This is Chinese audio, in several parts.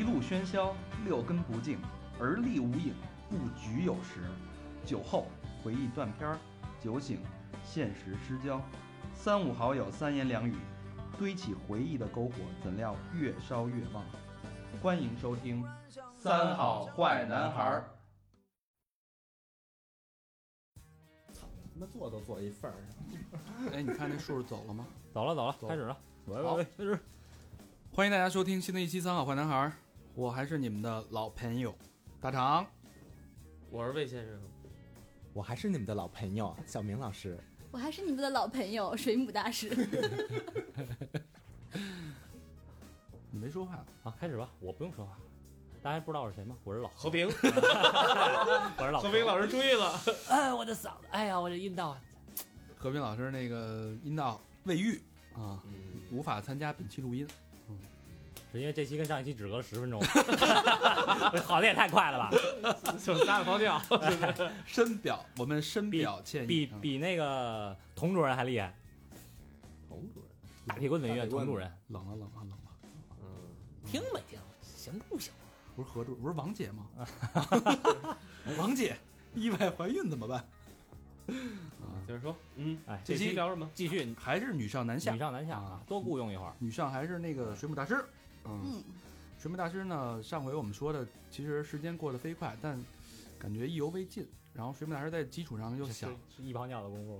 路喧嚣，六根不净，而立无影，不局有时。酒后回忆断片儿，酒醒现实失焦。三五好友三言两语，堆起回忆的篝火，怎料越烧越旺。欢迎收听《三好坏男孩儿》。 他妈做都做一份儿上。 哎，你看这数走了吗？ 走了，开始了。喂，开始。 欢迎大家收听新的一期《三好坏男孩儿》，我还是你们的老朋友大长， 我是魏先生， 我还是你们的老朋友小明老师， 我还是你们的老朋友水母大师。 你没说话啊？开始吧，我不用说话。大家不知道我是谁吗？我是老和平， 我是老和平老师注意了。 哎，我的嗓子，哎呀，我这阴道。 和平老师那个阴道未愈啊，无法参加本期录音。 是因为这期跟上一期只隔了10分钟，好的也太快了吧！ 就撒个泡尿， 我们深表歉意， 比那个童主任还厉害。 童主任， 大屁滚美院童主任， 冷了。 听没听？行不行？ 不是何主，不是王姐吗？王姐意外怀孕怎么办？ 接着说， 哎， 这期聊什么？ 继续， 还是女上男下， 啊，多雇佣一会儿。 女上还是那个水母大师，水母大师呢？上回我们说的，其实时间过得飞快，但感觉意犹未尽。然后水母大师在基础上又想， 是一泡尿的功夫，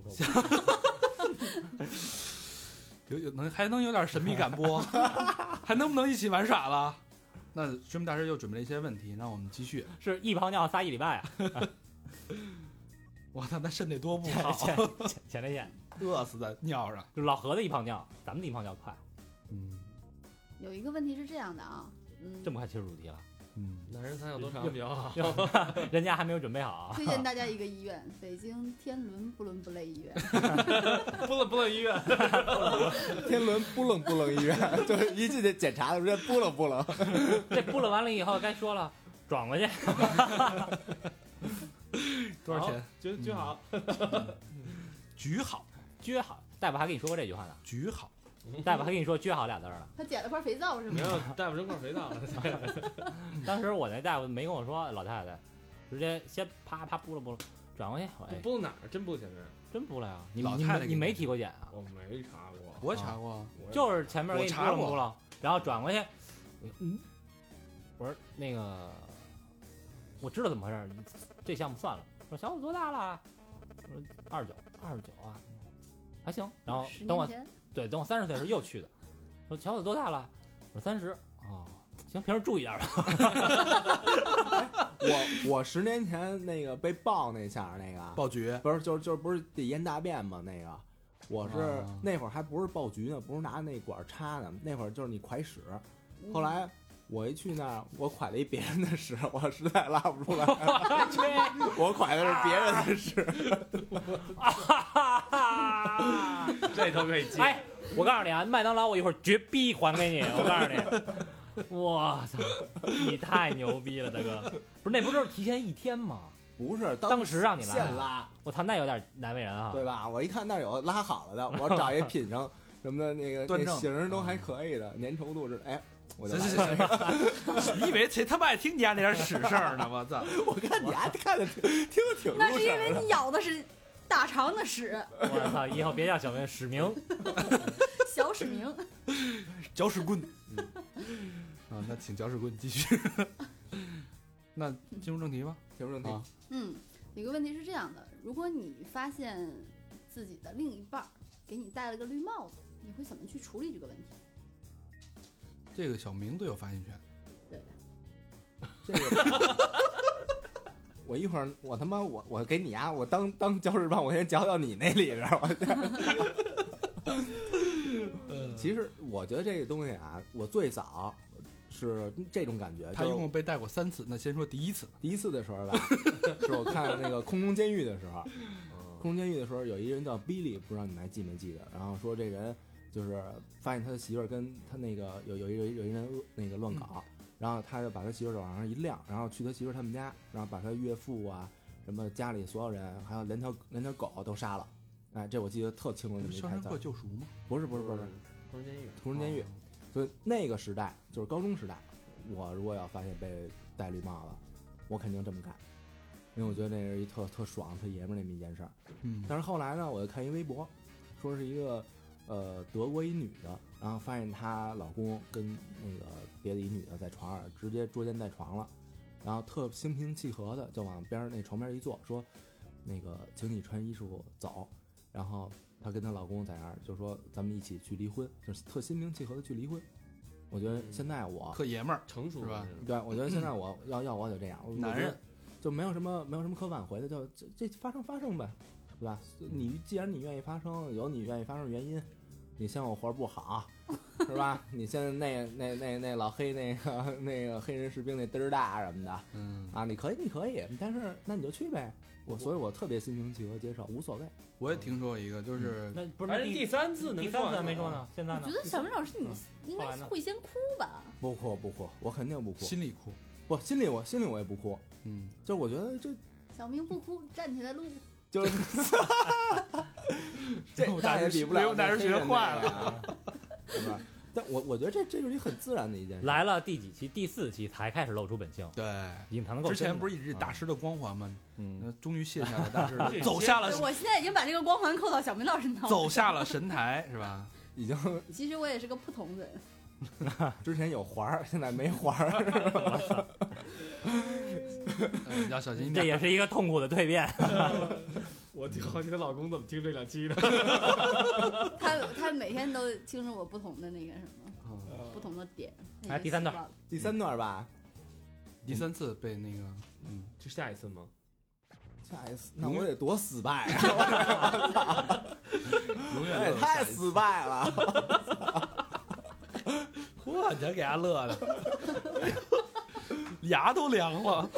还能有点神秘感不？还能不能一起玩耍了？那水母大师又准备了一些问题，让我们继续。 是一泡尿撒1礼拜啊！ 我操，那肾得多不好！ 前列腺饿死在尿上。 就老何的一泡尿，咱们的一泡尿快。 有一个问题是这样的啊， 这么快切入主题了？ 男人3要多长比较好？ 人家还没有准备好。 推荐大家一个医院，北京天伦不伦不类医院。 不冷医院， 天伦不冷医院，就是一进去检查的时候不冷。 这不冷完了以后该说了，转过去。 多少钱？ 举好， 举好。 大夫还跟你说过这句话呢。 举好。 大夫还跟你说撅好俩字了。 他捡了块肥皂是吗？ 没有，大夫扔块肥皂了。 当时我那大夫没跟我说，老太太直接先啪扑了，转过去。 布哪儿？真布前面？ 真布了呀！你没体过检啊？ 我没查过。 我查过， 就是前面给你布了，然后转过去。我说那个，我知道怎么回事，这项目算了。我说小伙子多大了？我说29啊，还行。然后等我30岁的时候又去的。说小伙子多大了？我说30。哦，行，平时注意点吧。 我10年前那个被爆那下那个爆菊， 不是就是不是得淹大便吗？那个我是那会儿还不是爆菊呢，不是拿那管插呢，那会儿就是你蒯屎。后来我一去那儿，我蒯了一别人的屎，我实在拉不出来，我蒯的是别人的屎。 这头可以接。 哎，我告诉你啊，麦当劳我一会儿绝逼还给你。我告诉你，我操，你太牛逼了，大哥！不是那不是提前1天吗？ 不是， 当时让你拉现拉。 我操，那有点难为人啊， 对吧？我一看那有拉好了的，我找一品上什么的那个那型都还可以的，粘稠度是哎。我行，你以为谁他妈爱听你家那点屎事儿呢？我操！ 我看你还看的听得挺入神。 那是因为你咬的是大肠的屎。 我操！以后别叫小明，史明， 小史明， 搅屎棍。那请搅屎棍继续。那进入正题吧。 进入正题。 有个问题是这样的：如果你发现自己的另一半给你戴了个绿帽子，你会怎么去处理这个问题？ 这个小明都有发言权。 对， 这个我一会儿我他妈我给你啊，我当搅屎棒，我先搅到你那里边。其实我觉得这个东西啊，我最早是这种感觉。 他一共被带过3次，那先说第一次的时候吧，是我看那个空中监狱的时候。空中监狱的时候有一人叫 Billy， 不知道你们还记没记得？然后说这人。就是发现他的媳妇儿跟他那个有一人那个乱搞，然后他就把他媳妇儿往上一晾，然后去他媳妇儿他们家，然后把他岳父啊什么家里所有人，还有连条狗都杀了。哎，这我记得特清楚。 肖申克救赎吗？ 不是， 同仁监狱。 所以那个时代就是高中时代， 我如果要发现被戴绿帽子，我肯定这么干，因为我觉得那是一特爽、特爷们儿那么一件事儿。但是后来呢，我就看一微博，说是一个德国一女的，然后发现她老公跟那个别的一女的在床上直接捉奸在床了，然后特心平气和的就往边那床边一坐，说那个请你穿衣服走，然后她跟她老公在那儿就说咱们一起去离婚，就是特心平气和的去离婚。我觉得现在我特爷们儿， 成熟是吧？ 对，我觉得现在我要我就这样， 男人就没有什么可挽回的，就这发生呗，对吧？你既然你愿意发生，有你愿意发生的原因，你嫌我活不好，是吧？你现在那老黑那个黑人士兵那嘚儿大什么的，啊，你可以，但是那你就去呗。所以我特别心平气和接受，无所谓。 我也听说一个，就是那不是而且第三次能第三次还没说呢，现在呢我觉？得小明老师你应该会先哭吧？ 不哭，我肯定不哭。 心里哭。 不，心里我也不哭。就我觉得这小明不哭，站起来录。 就是这那也比不了， 没有大师学坏了，是吧？但我觉得这就是一很自然的一件事。 来了第几期？第4期才开始露出本性， 对， 隐藏的够深的。 之前不是一直大师的光环吗？终于卸下了大师这走下了我现在已经把这个光环扣到小明老师身上。 走下了神台，是吧？ 已经。 其实我也是个不同人。 之前有环儿，现在没环儿。 要小心一点。 这也是一个痛苦的蜕变。 我好奇她老公怎么听这2期的。 他每天都听着我不同的那个什么，不同的点。 哎，第3段， 第3段吧。 第3次被那个， 是下一次吗？ 下一次，那我得多死败啊！ 永远也太死败了。 嚯，你这给他乐的，牙都凉了。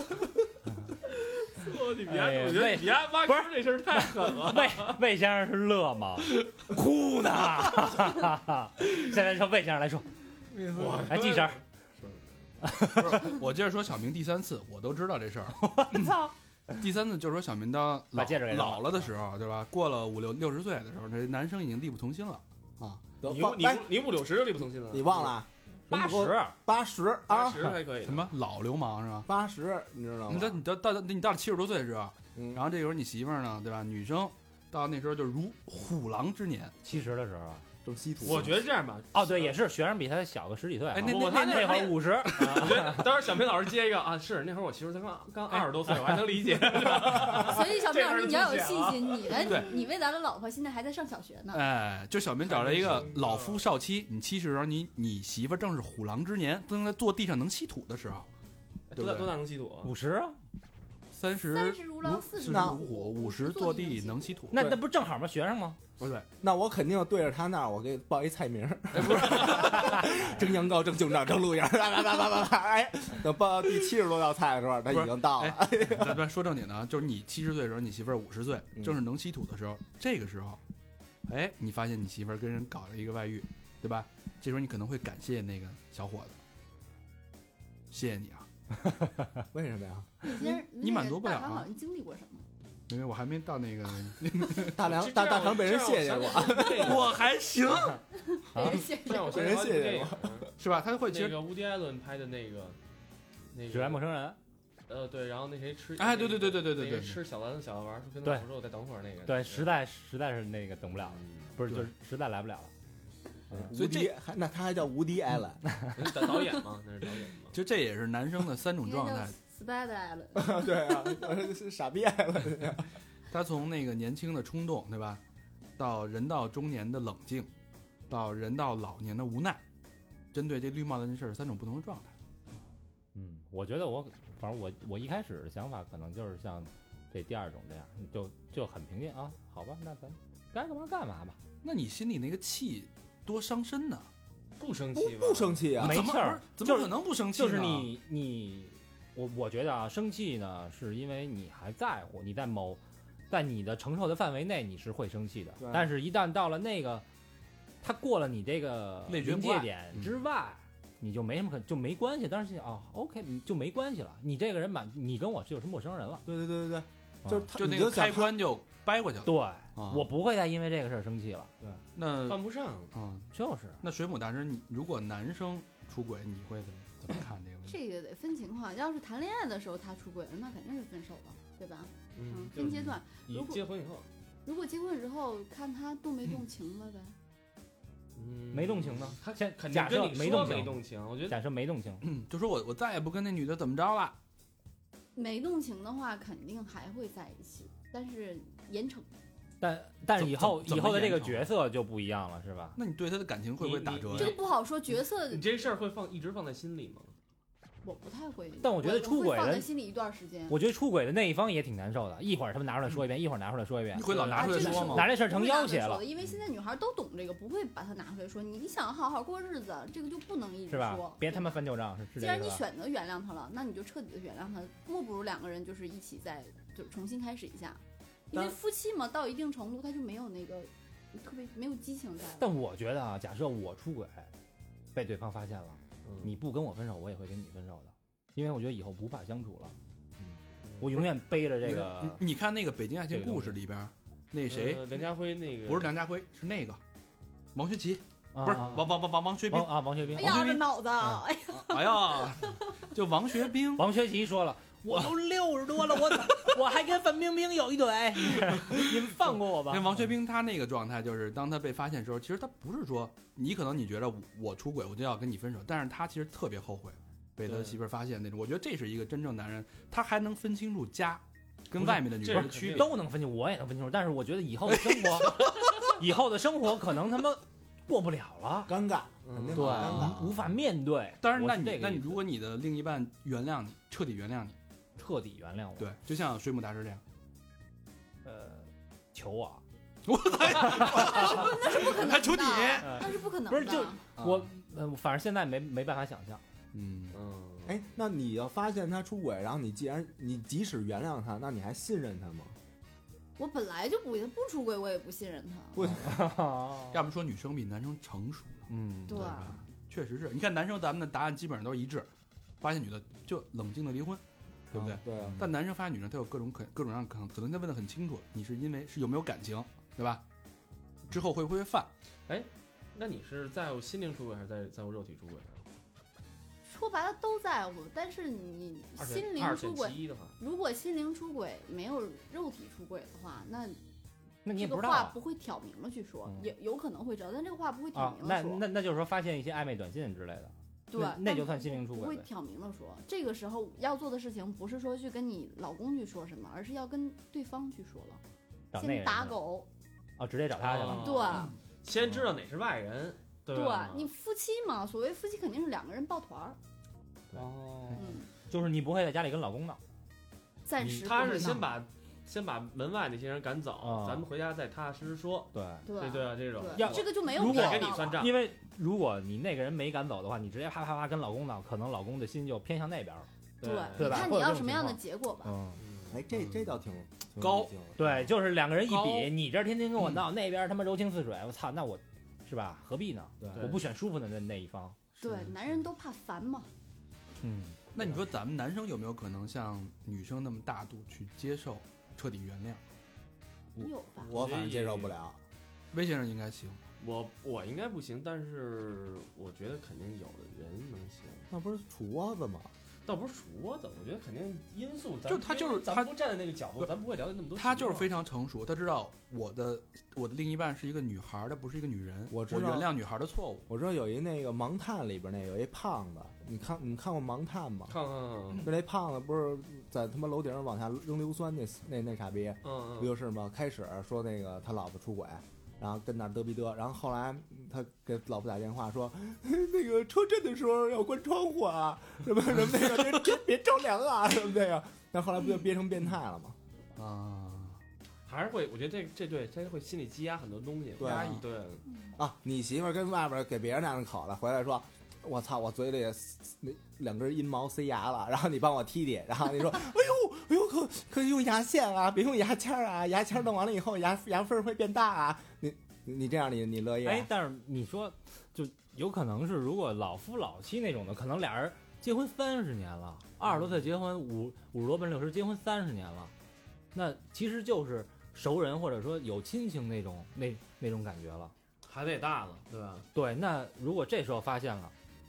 你别，我觉得你丫挖坑这事儿太狠了。 魏先生是乐吗？哭呢。现在说魏先生来说，来记声。 我接着说小明第3次，我都知道这事儿。 我操！ 第3次就是说小明当老了的时候，对吧？过了50-60岁的时候，这男生已经力不从心了啊！ 你50-60就力不从心了， 你忘了 ？80啊 ，80还可以。 什么老流氓是吧 ？80，你知道吗？ 你到了70多岁的时候，然后这时候你媳妇儿呢，对吧？女生到那时候就如虎狼之年 ，70的时候正稀土。 我觉得这样吧， 哦，对，也是学生比他小个10几岁。 哎， 那会儿50。 我觉得当时小明老师接一个啊，是那会儿我媳妇才刚20多岁，我还能理解。 所以小明老师你要有信心，你未来的老婆现在还在上小学呢。 哎，就小明找了一个老夫少妻，你70的时候，你媳妇正是虎狼之年，正在坐地上能吸土的时候， 多大能吸土 ？50啊。 30如狼，40 如虎，50坐地能吸土。 那不是正好吗？学生吗？ 不对， 那我肯定对着他那儿，我给报一菜名儿。蒸羊羔，蒸熊掌，蒸鹿眼。哎，等报到第70多道菜的时候，他已经到了。 咱说正经的啊，就是你70岁的时候，你媳妇儿50岁，正是能吸土的时候。这个时候，哎，你发现你媳妇儿跟人搞了一个外遇，对吧？这时候你可能会感谢那个小伙子，谢谢你啊。 为什么呀？ 你满足不了啊？ 大唐好像经历过什么？ 因为我还没到那个大唐被人谢谢过， 我还行， 被人谢谢过， 是吧？他会那个乌迪·艾伦拍的那个 《只爱陌生人》。 对，然后那谁吃？ 哎，对， 吃小丸子小丸说跟他说我再等会儿那个。 对，实在是那个等不了，不是就是实在来不了了。 所以那他还叫无敌艾伦， 导演吗？那是导演吗？ 其实这也是男生的3种状态。 Spider 艾伦。 对啊，是傻逼艾伦。 他从那个年轻的冲动，对吧？到人到中年的冷静，到人到老年的无奈。针对这绿帽子这事儿，3种不同的状态。 我觉得反正我一开始的想法可能就是像这第2种这样，就很平静啊，好吧，那咱该干嘛干嘛吧。 那你心里那个气多伤身呢？ 不生气吧？ 不生气啊， 没事儿， 怎么可能不生气呢？ 就是我觉得啊，生气呢是因为你还在乎，你在你的承受的范围内你是会生气的，但是一旦到了那个他过了你这个临界点之外，你就没什么就没关系。当时OK， 你就没关系了。你这个人你跟我就是陌生人了。 对， 就那个开关就掰过去了。 对，我不会再因为这个事儿生气了。 对， 那犯不上就是。 那水母大师，你如果男生出轨，你会怎么怎么看这个问题？ 这个得分情况，要是谈恋爱的时候他出轨了，那肯定是分手了，对吧？分阶段。 以结婚以后， 如果结婚之后看他动没动情了呗。 没动情呢？ 他先肯定假设跟你说没动情， 没动情，我觉得假设没动情， 就说我再也不跟那女的怎么着了。 没动情的话，肯定还会在一起，但是严惩。 但是以后怎么的这个严惩角色就不一样了，是吧？ 那你对他的感情会不会打折这呀？ 个不好说，角色你这事儿会一直放在心里吗？ 我不太会。 但我觉得出轨会放的在心里一段时间。 我觉得出轨的那一方也挺难受的，一会儿他们拿出来说一遍，一会儿拿出来说一遍你，会老拿出来说吗？ 拿这事儿成要挟了不会拿出来说的，因为现在女孩都懂这个，不会把它拿出来说。你想好好过日子，这个就不能一直是吧说。？ 别他妈翻旧账，是既然这个吧。 你选择原谅他了，那你就彻底的原谅他，莫不如两个人就是一起就重新开始一下。因为夫妻嘛，到一定程度他就没有那个特别没有激情在了。 但我觉得啊，假设我出轨被对方发现了，你不跟我分手，我也会跟你分手的，因为我觉得以后无法相处了。我永远背着这个。 你看那个《北京爱情故事》里边，那谁梁家辉那个不是梁家辉，是那个王学圻， 啊不是王学兵。 王学兵哎。呀，这脑子，哎呀， 哎呀，就王学兵。 王学圻说了，我都60多了，我还跟范冰冰有一腿，你们放过我吧。 那王学兵他那个状态就是，当他被发现的时候，其实他不是说你觉得我出轨我就要跟你分手，但是他其实特别后悔被他媳妇儿发现那种。我觉得这是一个真正男人，他还能分清楚家跟外面的女人的区别。 都能分清，我也能分清楚，但是我觉得以后的生活可能他妈过不了了， 尴尬，肯定对尴尬， 无法面对。 当然， 我是这个意思那你如果你的另一半原谅你，彻底原谅你， 彻底原谅我， 对，就像水母大师这样， 求我， 那是不可能的， 还求你那是不可能的。 不是就我反正现在没办法想象。 哎，那你要发现他出轨，然后你即使原谅他，那你还信任他吗？ 我本来就不出轨，我也不信任他。 不， 要不说女生比男生成熟了， 对， 确实是。你看男生咱们的答案基本上都是一致，发现女的就冷静的离婚，对不对？ 对啊， 但男生发现女生，他有各种样可能他问的很清楚，你是因为是有没有感情，对吧？之后会不会犯？ 哎，那你是在乎心灵出轨还是在乎肉体出轨？ 说白了都在乎，但是你心灵出轨，如果心灵出轨没有肉体出轨的话，那你也这个不知道啊。 话不会挑明了去说，有可能会知道，但这个话不会挑明了说。 那就是说发现一些暧昧短信之类的， 对， 那就算心灵出轨呗。 不会挑明了说。这个时候要做的事情不是说去跟你老公去说什么，而是要跟对方去说了。先找那个人去了打狗， 直接找他去了。 对先知道哪是外人，对对吧？ 你夫妻嘛，所谓夫妻肯定是两个人抱团儿。 哦， 就是你不会在家里跟老公闹， 暂时他不会闹是先把门外那些人赶走，咱们回家再踏踏实实说。 对， 对啊，这种对这个就没有如果必要跟你算账， 因为如果你那个人没赶走的话，你直接啪啪啪跟老公闹，可能老公的心就偏向那边了。 对， 对吧你看你要什么样的结果吧。 哎，这倒挺高理性的对，就是两个人一高比，你这天天跟我闹，那边他妈柔情似水，我操，那我是吧？何必呢？ 对我不选舒服的那一方。 对，男人都怕烦嘛。 那你说咱们男生有没有可能像女生那么大度去接受，彻底原谅？ 有吧？ 我反正接受不了。 魏先生应该行， 我应该不行，但是我觉得肯定有的人能行。 那不是杵窝子吗？ 倒不是说的，我觉得肯定因素， 他不站在那个角度，咱不会了解那么多。 他就是非常成熟，他知道我的另一半是一个女孩，她不是一个女人，我知道原谅女孩的错误。 我知道有一那个《盲探》里边那有一胖子，你看过《盲探》吗？ 看， 就那胖子不是在他妈楼顶上往下扔硫酸那傻逼，不就是吗？开始说那个他老婆出轨。然后跟那儿嘚逼嘚，然后后来他给老婆打电话说，那个车震的时候要关窗户啊，什么那个别着凉啊，什么这个。但后来不就憋成变态了吗？ 还是会，我觉得这对他会心里积压很多东西， 对压抑。对啊，你媳妇儿跟外边给别人那样口了，回来说，我操，我嘴里那2根阴毛塞牙了，然后你帮我踢，然后你说，哎呦，可以用牙线啊，别用牙签啊，牙签弄完了以后牙缝会变大啊。你这样你乐意？ 哎，但是你说就有可能是，如果老夫老妻那种的，可能俩人结婚30年了，20多岁结婚，50多奔60，结婚30年了，那其实就是熟人或者说有亲情那种感觉了， 孩子也大了，对吧？ 对，那如果这时候发现了，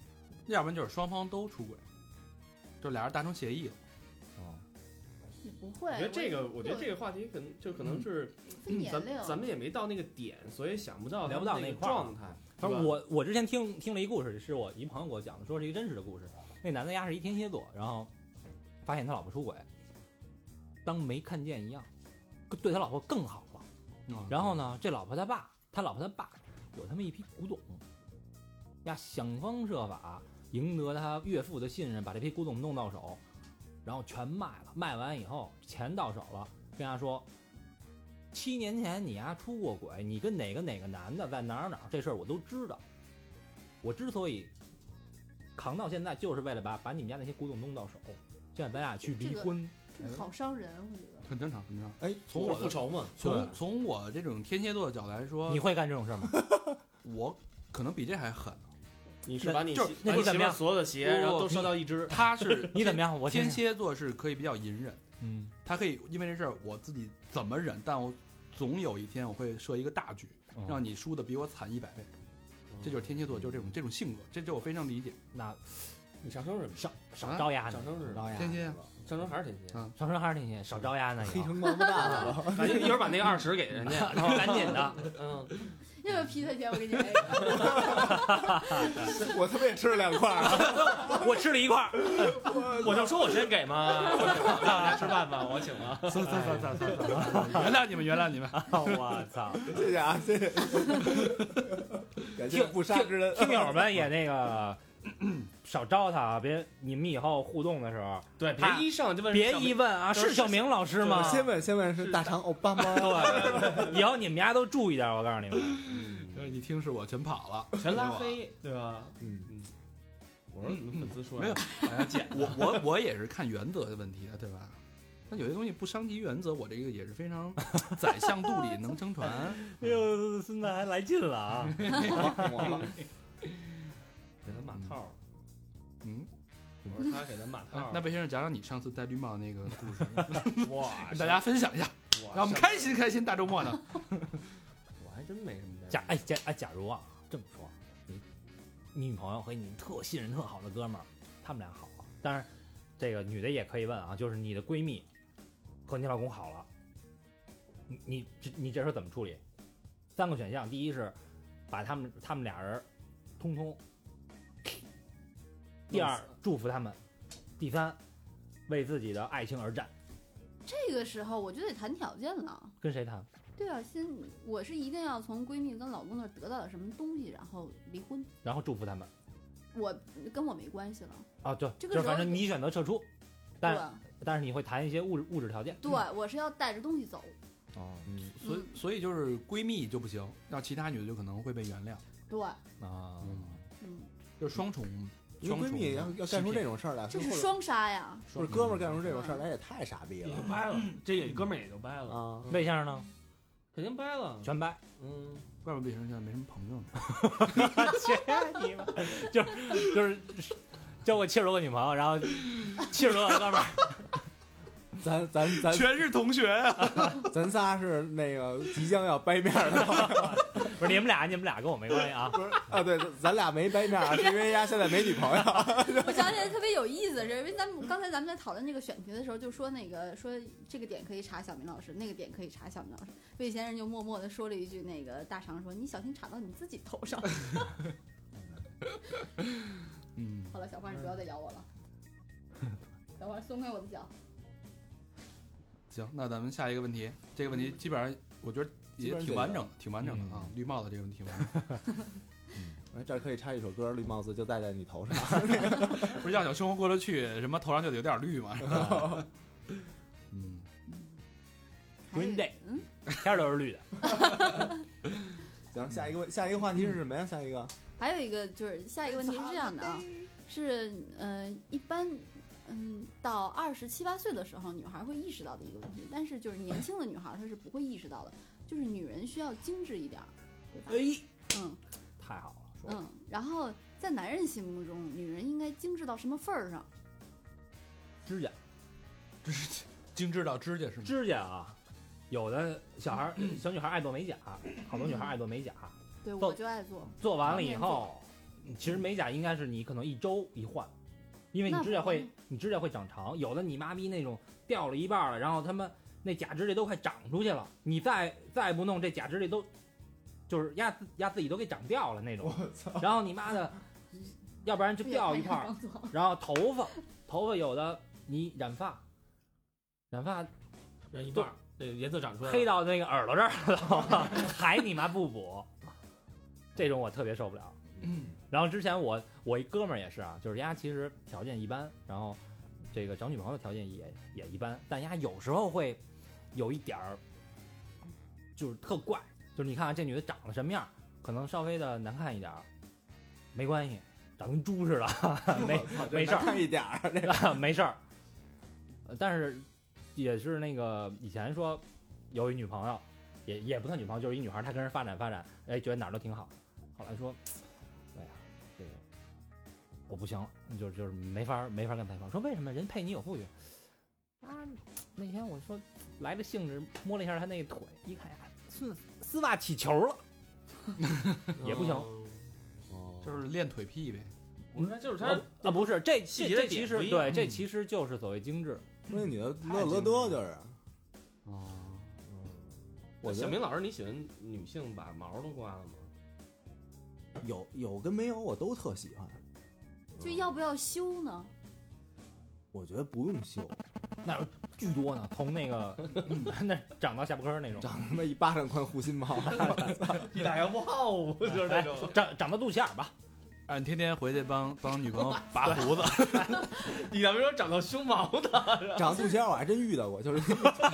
要不然就是双方都出轨，就俩人达成协议了。 也不会。 我觉得这个话题可能是分年龄， 咱们也没到那个点，所以想不到聊不到那块儿状态。 反正我之前听了一故事，是我一朋友给我讲的，说是一个真实的故事。那男的家是一天蝎座，然后发现他老婆出轨，当没看见一样，对他老婆更好了。然后呢，他老婆他爸有他妈一批古董，呀，想方设法赢得他岳父的信任，把这批古董弄到手，然后全卖了。卖完以后，钱到手了，跟他说，7年前你出过轨，你跟哪个男的在哪儿，这事儿我都知道。我之所以扛到现在，就是为了把你们家那些古董弄到手。现在咱俩去离婚， 这个好伤人，我觉得。 很正常，很正常。 哎， 从我复仇嘛， 从我这种天蝎座的角度来说， 你会干这种事儿吗？ 我可能比这还狠。 你是把你就是那你怎么样？ 所有的鞋，然后都烧掉一只。 他是你怎么样？我天蝎座是可以比较隐忍， 他可以因为这事儿我自己怎么忍，但我总有一天我会设一个大局，让你输的比我惨100倍。这就是天蝎座，就是这种性格，这我非常理解。 那你上升是少招压呢？ 上升是天蝎， 上升还是天蝎？ 上升还是天蝎，少招压呢？ 黑成王八蛋了， 反正一会儿把那个20给人家，然后赶紧的， 要不要劈他钱？我给你 A。 我他妈也吃了2块， 我吃了1块， 我就说我先给嘛，到我家吃饭吧，我请了。 算，原谅你们，原谅你们。 我操！ 谢谢啊，谢谢。感谢不杀之恩。 听友们也那个少招他啊，别你们以后互动的时候， 对，别一上就问， 别一问啊，是小明老师吗？ 先问是大肠欧巴吗？ 对，以后你们家都注意点，我告诉你们。 一听是我全跑了， 全拉黑，对吧？我说粉丝说没有，我也是看原则的问题的，对吧？那有些东西不伤及原则，我这个也是非常宰相肚里能撑船。 哎呦，孙子还来劲了啊！ 给他马套。我说他给他马套。 那魏先生讲讲你上次戴绿帽那个故事， 哇， 跟大家分享一下，让我们开心大周末的。 我还真没什么。 假如啊，这么说，你女朋友和你特信任特好的哥们儿，他们俩好了，当然这个女的也可以问啊，就是你的闺蜜和你老公好了，你这时候怎么处理？3个选项，第一是把他们俩人通通，第二祝福他们，第三为自己的爱情而战。 这个时候我就得谈条件了。 跟谁谈？ 对啊，我是一定要从闺蜜跟老公那儿得到了什么东西，然后离婚， 然后祝福他们。 跟我没关系了。 啊，对， 这个就是反正你选择撤出，但是你会谈一些物质条件。 对，我是要带着东西走。 哦， 所以就是闺蜜就不行，要其他女的就可能会被原谅。 对啊， 就是双重。 因为闺蜜要干出这种事儿来， 这是双杀呀！ 不是哥们儿干出这种事儿来也太傻逼了， 掰了，这哥们儿也就掰了啊。 魏先生呢？ 肯定掰了， 全掰。 怪不得魏先生现在没什么朋友呢。 切你妈！就是交过70多个女朋友，然后70多个哥们儿。 咱全是同学啊！ 咱仨是那个即将要掰面的。 不是你们俩跟我没关系啊！ 不是啊，对，咱俩没掰面，是因为丫现在没女朋友。 我想起来特别有意思，是因为刚才咱们在讨论这个选题的时候，就说说这个点可以查小明老师，那个点可以查小明老师。魏先生就默默地说了一句，那个大肠说：“你小心查到你自己头上。”好了，小花，你不要再咬我了。小花，松开我的脚。 行，那咱们下一个问题，这个问题基本上我觉得也挺完整的啊。绿帽子这个问题完整。 这儿可以插一首歌，绿帽子就戴在你头上。 不是要想生活过得去，什么头上就得有点绿嘛，是吧 ？Green Day， 天都是绿的。 行，下一个话题是什么呀？下一个还有一个就是下一个问题是这样的啊，是一般到27、8岁的时候，女孩会意识到的一个问题，但是就是年轻的女孩她是不会意识到的，就是女人需要精致一点，对吧？ 太好了。 然后在男人心目中，女人应该精致到什么份儿上？ 指甲， 这是精致到指甲是吗？ 指甲啊，有的小女孩爱做美甲，好多女孩爱做美甲。 对，我就爱做。 做完了以后， 其实美甲应该是你可能1周一换，因为你那指甲不会长长，有的你妈逼那种掉了一半了，然后他们那假指甲都快长出去了，你再不弄，这假指甲都就是压自己都给长掉了那种。然后你妈的，要不然就掉一块儿，然后头发有的你染发人一半儿，这个颜色长出来了， 黑到那个耳朵这儿了，还你妈不补，这种我特别受不了。然后之前我一哥们儿也是啊，就是人家其实条件一般，然后这个找女朋友条件也一般，但人家有时候会有一点儿就是特怪，就是你看看这女的长得什么样，可能稍微的难看一点儿，没关系，长跟猪似的，没事儿， 看一点儿这个没事儿。但是也是那个以前说有一女朋友，也不算女朋友，就是一女孩，她跟人发展，哎，觉得哪儿都挺好。后来说，哎呀，这个我不行了，就是没法跟采访。说为什么人配你有富裕？啊，那天我说来个兴致，摸了一下她那个腿，一看呀，丝袜起球了，也不行。 就是练腿癖呗。 我说就是他啊，不是这细节的其点不一样实对，这其实就是所谓精致。 那女的乐多就是。 哦， 我觉得小明老师，你喜欢女性把毛都刮了吗？ 有跟没有我都特喜欢， 就要不要修呢？ 我觉得不用修， 那有巨多呢，从那个那长到下巴颏儿那种， 长他妈1巴掌宽护心毛， 一打个哇哦，就是那种长到肚脐眼儿吧。 你天天回去帮女朋友拔胡子， 你要没说长到胸毛的， 长肚脐眼我还真遇到过，就是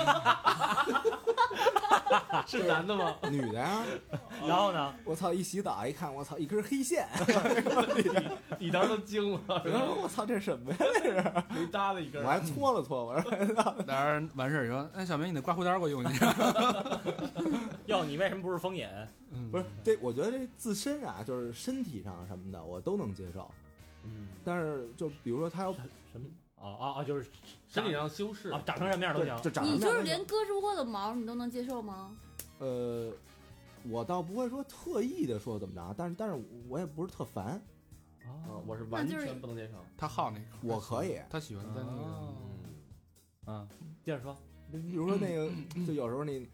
是男的吗？ 女的呀。 然后呢， 我操！一洗澡一看，我操，一根黑线， 你当时都惊了， 我操，这什么呀？这是， 没搭的一根我。还搓了搓，我说俩人完事儿说：“哎，小明，你那刮胡刀给我用一下。 哟，你为什么不是风眼？ 不是这，我觉得这自身啊，就是身体上什么的，我都能接受。但是就比如说他要什么？哦，就是身体上修饰啊，长成什么样都行。 就长你就是成那样连割出过的毛你都能接受吗？ 我倒不会说特意的说怎么着，但是我也不是特烦， 我是完那就是全不能接受。” 他好那个， 我可以。 他喜欢在那个， 接着说， 比如说那个，就有时候你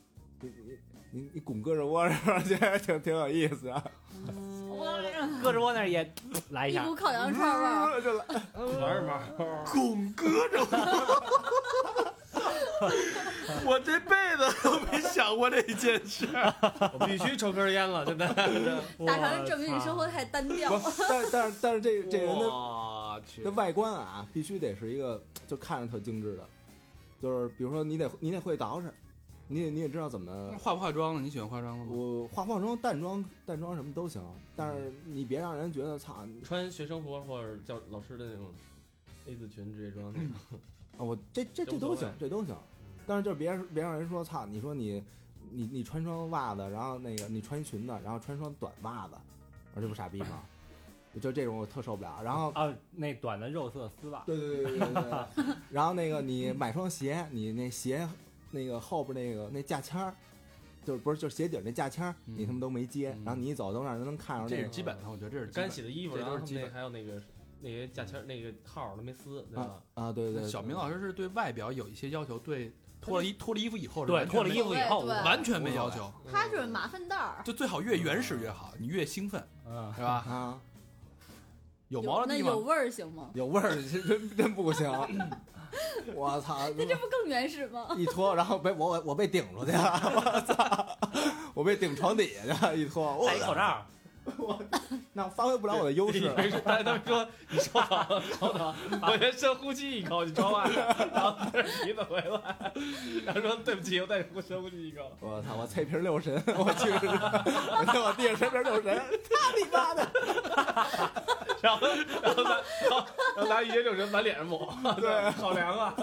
拱胳肢窝是吧？觉得挺有意思啊。 胳肢窝那儿也来一下一股，烤羊串味儿。 就来玩毛， 拱胳肢窝。我这辈子都没想过这件事。 我必须抽根烟了，现在。 大肠证明你生活太单调。 但是这人的我去这外观啊，必须得是一个就看着特精致的，就是比如说你得会捯饬，你也知道怎么化不化妆呢？你喜欢化妆吗？ 我化妆、淡妆什么都行，但是你别让人觉得操， 穿学生服或者叫老师的那种 A 字裙职业装那种。 我这都行，这都行。但是就别让人说操，你说你穿双袜子，然后那个你穿一裙子，然后穿双短袜子，我说这不傻逼吗？就这种我特受不了。然后那短的肉色丝袜， 对。然后那个你买双鞋，你那鞋那个后边那架签儿，就是鞋底那架签儿，你他妈都没接，然后你一走都让人能看着。 这是基本的，我觉得这是干洗的衣服，然后基本还有那些架签那个号都没撕，对吧？ 对。 小明老师是对外表有一些要求，对脱了衣服以后是对，脱了衣服以后对完全没要求， 他就是麻烦袋儿。 就最好越原始越好，你越兴奋，是吧？ 啊， 有毛的地方那有味儿行吗？ 有味儿，真不行。我操！ 那这不更原始吗？ 一脱，然后我被顶出去了，我操！我被顶床底下去，一脱， 戴一口罩， 那发挥不了我的优势。 没事，他们说你收藏，我先深呼吸一口，你窗外，然后带着鼻子回来，然后说对不起，我再深呼吸一口。 我操！我菜瓶六神，我去，我在我地上菜瓶六神，他你妈的！ 然后拿一些六神满脸上抹，对，好凉啊！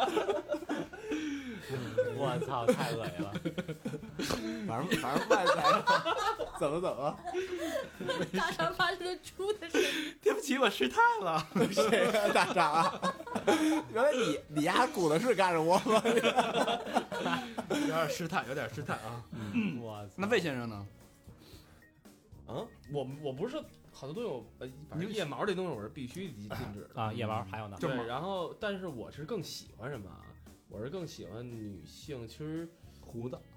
我操，太恶心了。 反正外在怎么？ 大肠发出猪的声音。 对不起，我失态了。 谁呀，大肠啊？原来你丫鼓的是干着我吗？ 有点失态啊。 我操！ 那魏先生呢？ 我不是好多都有反正腋毛这东西我是必须禁止的啊，腋毛还有呢， 对，然后但是我是更喜欢什么啊？我是更喜欢女性，其实胡子，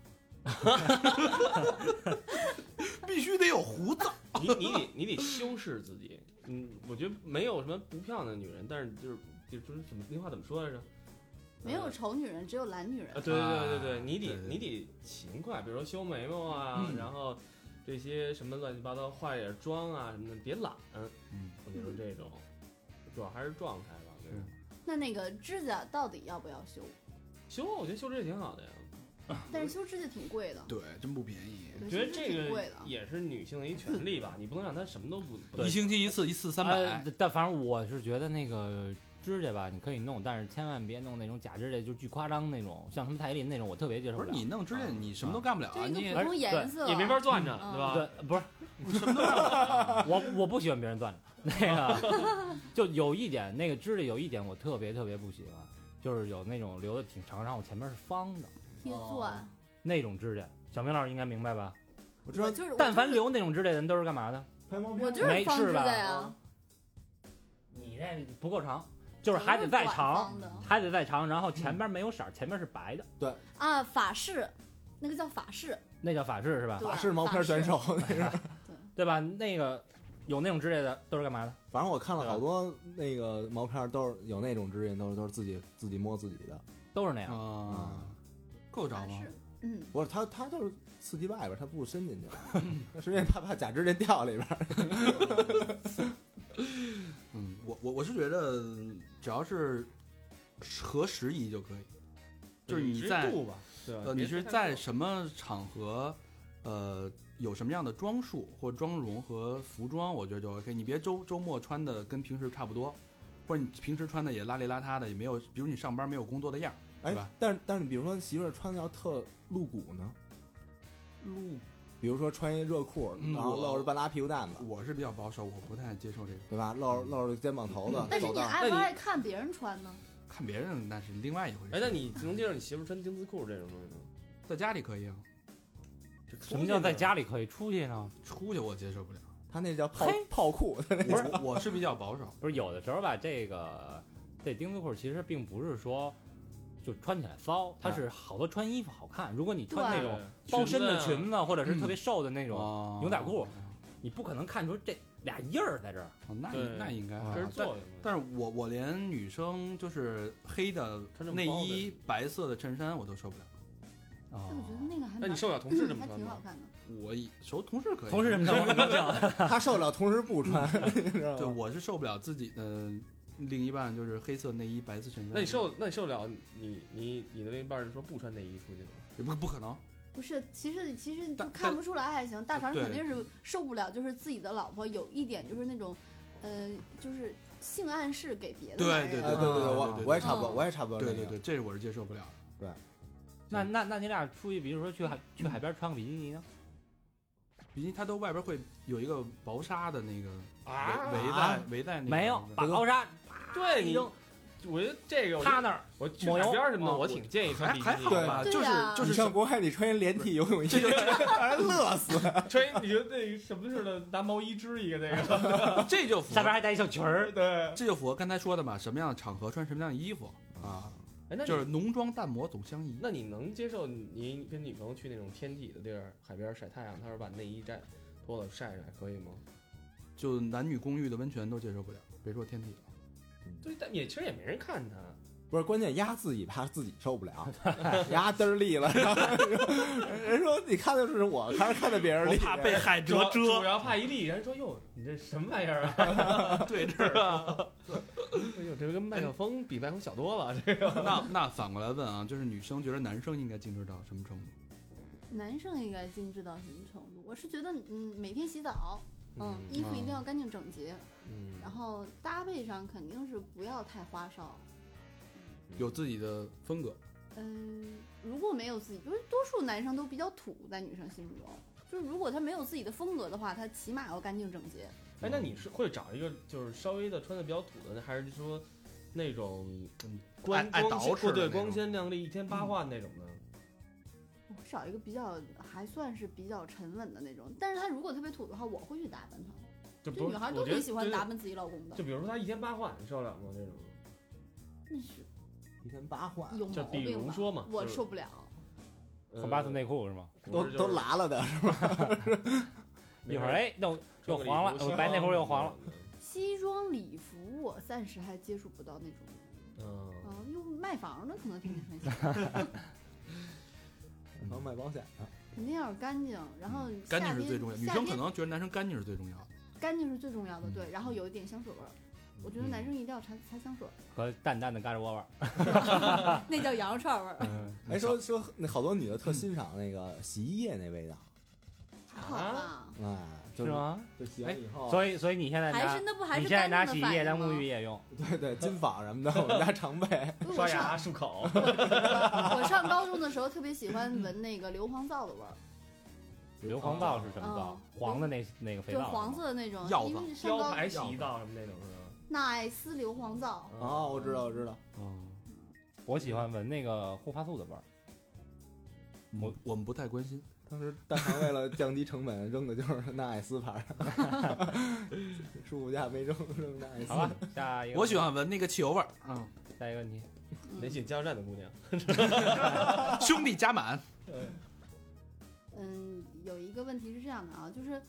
必须得有胡子。 你得修饰自己。我觉得没有什么不漂亮的女人，但是就是怎么那话怎么说来着？ 没有丑女人，只有懒女人。 对，你得勤快，比如说修眉毛啊，然后这些什么乱七八糟化点妆啊什么的，别懒。我觉得这种主要还是状态吧。对。 那个指甲到底要不要修？ 修，我觉得修指甲挺好的呀。 但是修指甲挺贵的。 对，真不便宜。 我觉得这个也是女性的一权利吧，你不能让她什么都不。 1星期一次300。 但反正我是觉得那个指甲吧，你可以弄，但是千万别弄那种假指甲，就巨夸张那种，像什么泰林那种，我特别接受不了。 不是你弄指甲，你什么都干不了啊！ 你普通颜色也没法攥着，对吧？ 对，不是， 你什么都干不了。 我不喜欢别人攥着。那个就有一点，那个指甲有一点我特别不喜欢，就是有那种留的挺长，然后前面是方的。 贴钻那种指甲，小明老师应该明白吧？ 我知道， 但凡留那种指甲的人都是干嘛的？ 我就是方指甲呀。 你那不够长，就是还得再长，然后前边没有色，前面是白的。 对啊，法式，那个叫法式， 那叫法式是吧？ 法式毛片选手那是， 对吧？那个有那种指甲的都是干嘛的？ 反正我看了好多那个毛片都是有那种指甲，都是自己摸自己的， 都是那样啊。够着吗？ 不是，他就是刺激外边，他不伸进去，他实际怕假指甲掉里边。 我是觉得只要是合时宜就可以，就是你在你是在什么场合，有什么样的装束或妆容和服装，我觉得就 OK。你别周末穿的跟平时差不多，或者你平时穿的也邋里邋遢的，也没有，比如你上班没有工作的样。 哎，但是你比如说媳妇儿穿的要特露骨呢，比如说穿一热裤，然后露着半拉屁股蛋子， 我是比较保守，我不太接受这个， 对吧？露着肩膀头子。 但是你爱不爱看别人穿呢？ 看别人那是另外一回事。 哎，那你能接受你媳妇穿丁字裤这种东西吗？ 在家里可以啊。 什么叫在家里可以？出去呢？ 出去我接受不了， 他那叫炮裤。 不是，我是比较保守。 不是，有的时候吧，这丁字裤其实并不是说就穿起来骚，它是好多穿衣服好看。如果你穿那种包身的裙子，或者是特别瘦的那种牛仔裤，你不可能看出这俩印儿在这儿。 那应该这是作用。 但是我连女生就是黑的内衣、白色的衬衫我都受不了。 我觉得那个还那你受不了同事这么穿吗？ 还挺好看的。 我受同事可以， 同事这么穿， 他受不了同事不穿。 对，我是受不了自己的另一半就是黑色内衣、白色衬衫。 那你受不了你的另一半说不穿内衣出去吗？ 也不可能。 不是，其实看不出来还行。大肠肯定是受不了，就是自己的老婆有一点就是那种，就是性暗示给别的。 对，我也差不多， 对，这我是接受不了。 对。 那你俩出去，比如说去海边穿个比基尼呢？ 比基尼它都外边会有一个薄纱的那个围在那个没有把薄纱， 对你，我觉得这个他那儿我去海边什么的，我挺建议穿比基尼。 还好吧，就是上国海里穿一连体游泳衣，这就让人乐死。 穿你觉得那什么似的，拿毛衣织一个那个， 这就符合下边还带一小裙儿， 对， 这就符合刚才说的嘛，什么样的场合穿什么样的衣服啊？就是浓妆淡抹总相宜。 那你能接受你跟女朋友去那种天体的地儿，海边晒太阳，她说把内衣脱了晒晒，可以吗？ 就男女公寓的温泉都接受不了，别说天体了。 对，但其实也没人看他。 不是，关键压自己怕自己受不了，压嘚儿立了。人说你看的是我，还是看的别人立？ 怕被海蜇蛰， 主要怕一立，人说哟，你这什么玩意儿啊？ 对这儿啊， 哎呦，这个跟麦克风比麦克风小多了。这个那反过来问啊，就是女生觉得男生应该精致到什么程度？ 男生应该精致到什么程度？我是觉得，每天洗澡，衣服一定要干净整洁，然后搭配上肯定是不要太花哨。 有自己的风格。 如果没有自己，就是多数男生都比较土，在女生心目中，就是如果他没有自己的风格的话，他起码要干净整洁。 哎，那你是会找一个就是稍微的穿的比较土的，还是说那种光鲜亮丽、一天八换那种呢？ 我会找一个比较还算是比较沉稳的那种，但是他如果特别土的话，我会去打扮他。 就不是就女孩都我觉得挺喜欢对打扮自己老公的就，比如说他一天8换，你受得了吗？这种那是一天8换， 有毛就比病吧如说嘛就是我受不了。 换8次内裤是吗？ 都拉了的是吧？ 一会儿哎又黄了，我白内裤又黄了。 西装礼服我暂时还接触不到那种， 嗯， 用卖房的可能天天穿西装， 然后卖保险的， 肯定要干净，然后干净夏天是最重要，女夏天生可能觉得男生干净是最重要的。 干净是最重要的，对，然后有一点香水味儿。我觉得男生一定要擦香水儿， 和淡淡的嘎吱窝味儿。 那叫羊肉串味儿， 哎，说那好多女的特欣赏那个洗衣液那味道， 还好吧？ 哎，就是吗？ 就洗完以后， 所以你现在还是那不还是你现在拿干洗衣液当净的反应吗沐浴液用， 对金纺什么的，我们家常备。 刷牙漱口， 我上高中的时候特别喜欢闻那个硫磺皂的味儿， 硫磺皂是什么皂？黄的那个肥皂， 就黄色的那种， 药皂因为上高雕牌洗衣皂什么那种是吧？ 奈斯硫磺皂， 哦，我知道。 我喜欢闻那个护发素的味儿。 我们不太关心。 当时大堂为了降低成本，扔的就是纳爱斯牌的，舒肤佳没扔纳爱斯。 好吧，下一个。 我喜欢闻那个汽油味儿。 下一个问题。 没进加油站的姑娘， 兄弟加满。 有一个问题是这样的啊，就是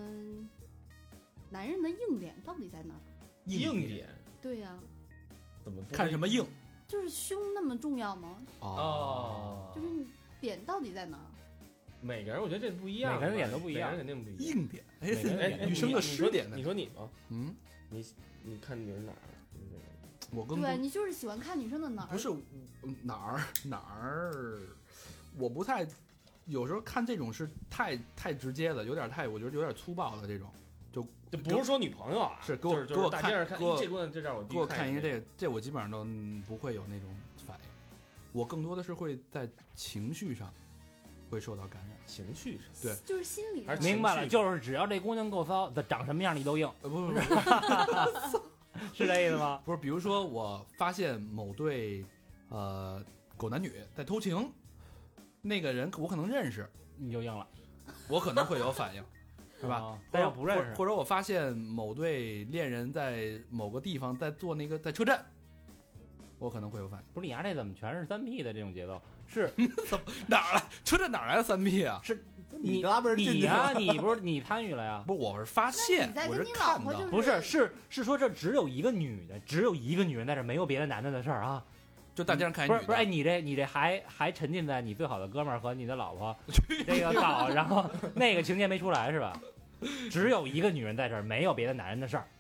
男人的硬点到底在哪儿？ 硬点对呀、 怎么看什么硬？ 就是胸那么重要吗？ 哦？ 就是你点到底在哪儿？ 每个人我觉得这不一样， 每个人点都不一样每个人肯定不一样。 硬点。 每个人点女生的湿点呢？ 你说你吗？ 嗯， 你看女人哪儿？ 我更对，你就是喜欢看女生的哪儿？ 不是哪儿，我不太，有时候看这种是太直接的，有点太，我觉得有点粗暴的这种， 就不是说女朋友啊， 是给就是我大街上看， 给我这姑娘这让我给我看一个个， 这我基本上都不会有那种反应，我更多的是会在情绪上会受到感染。 情绪上对就是心理上还是明白了， 情绪就是只要这姑娘够骚，她长什么样你都硬， 不是这意思吗？ 不是，比如说我发现某对狗男女在偷情，那个人我可能认识， 你就硬了， 我可能会有反应，是吧？ 啊？但要不认识， 或者我发现某对恋人在某个地方在做那个在车站，我可能会有反应。 不是你丫这怎么全是3P 的这种节奏？是哪儿来车站哪儿来的3P 啊？ 是你拉边进去你呀，你不是你参与了呀？ 不是，我是发现你，在我是跟你老看到婆就， 不是，是说这只有一个女的，只有一个女人在这，没有别的男的的事儿啊。 就大街上看一女的， 不是不是，哎，你这还沉浸在你最好的哥们儿和你的老婆这个搞，然后那个情节没出来是吧？只有一个女人在这儿，没有别的男人的事儿。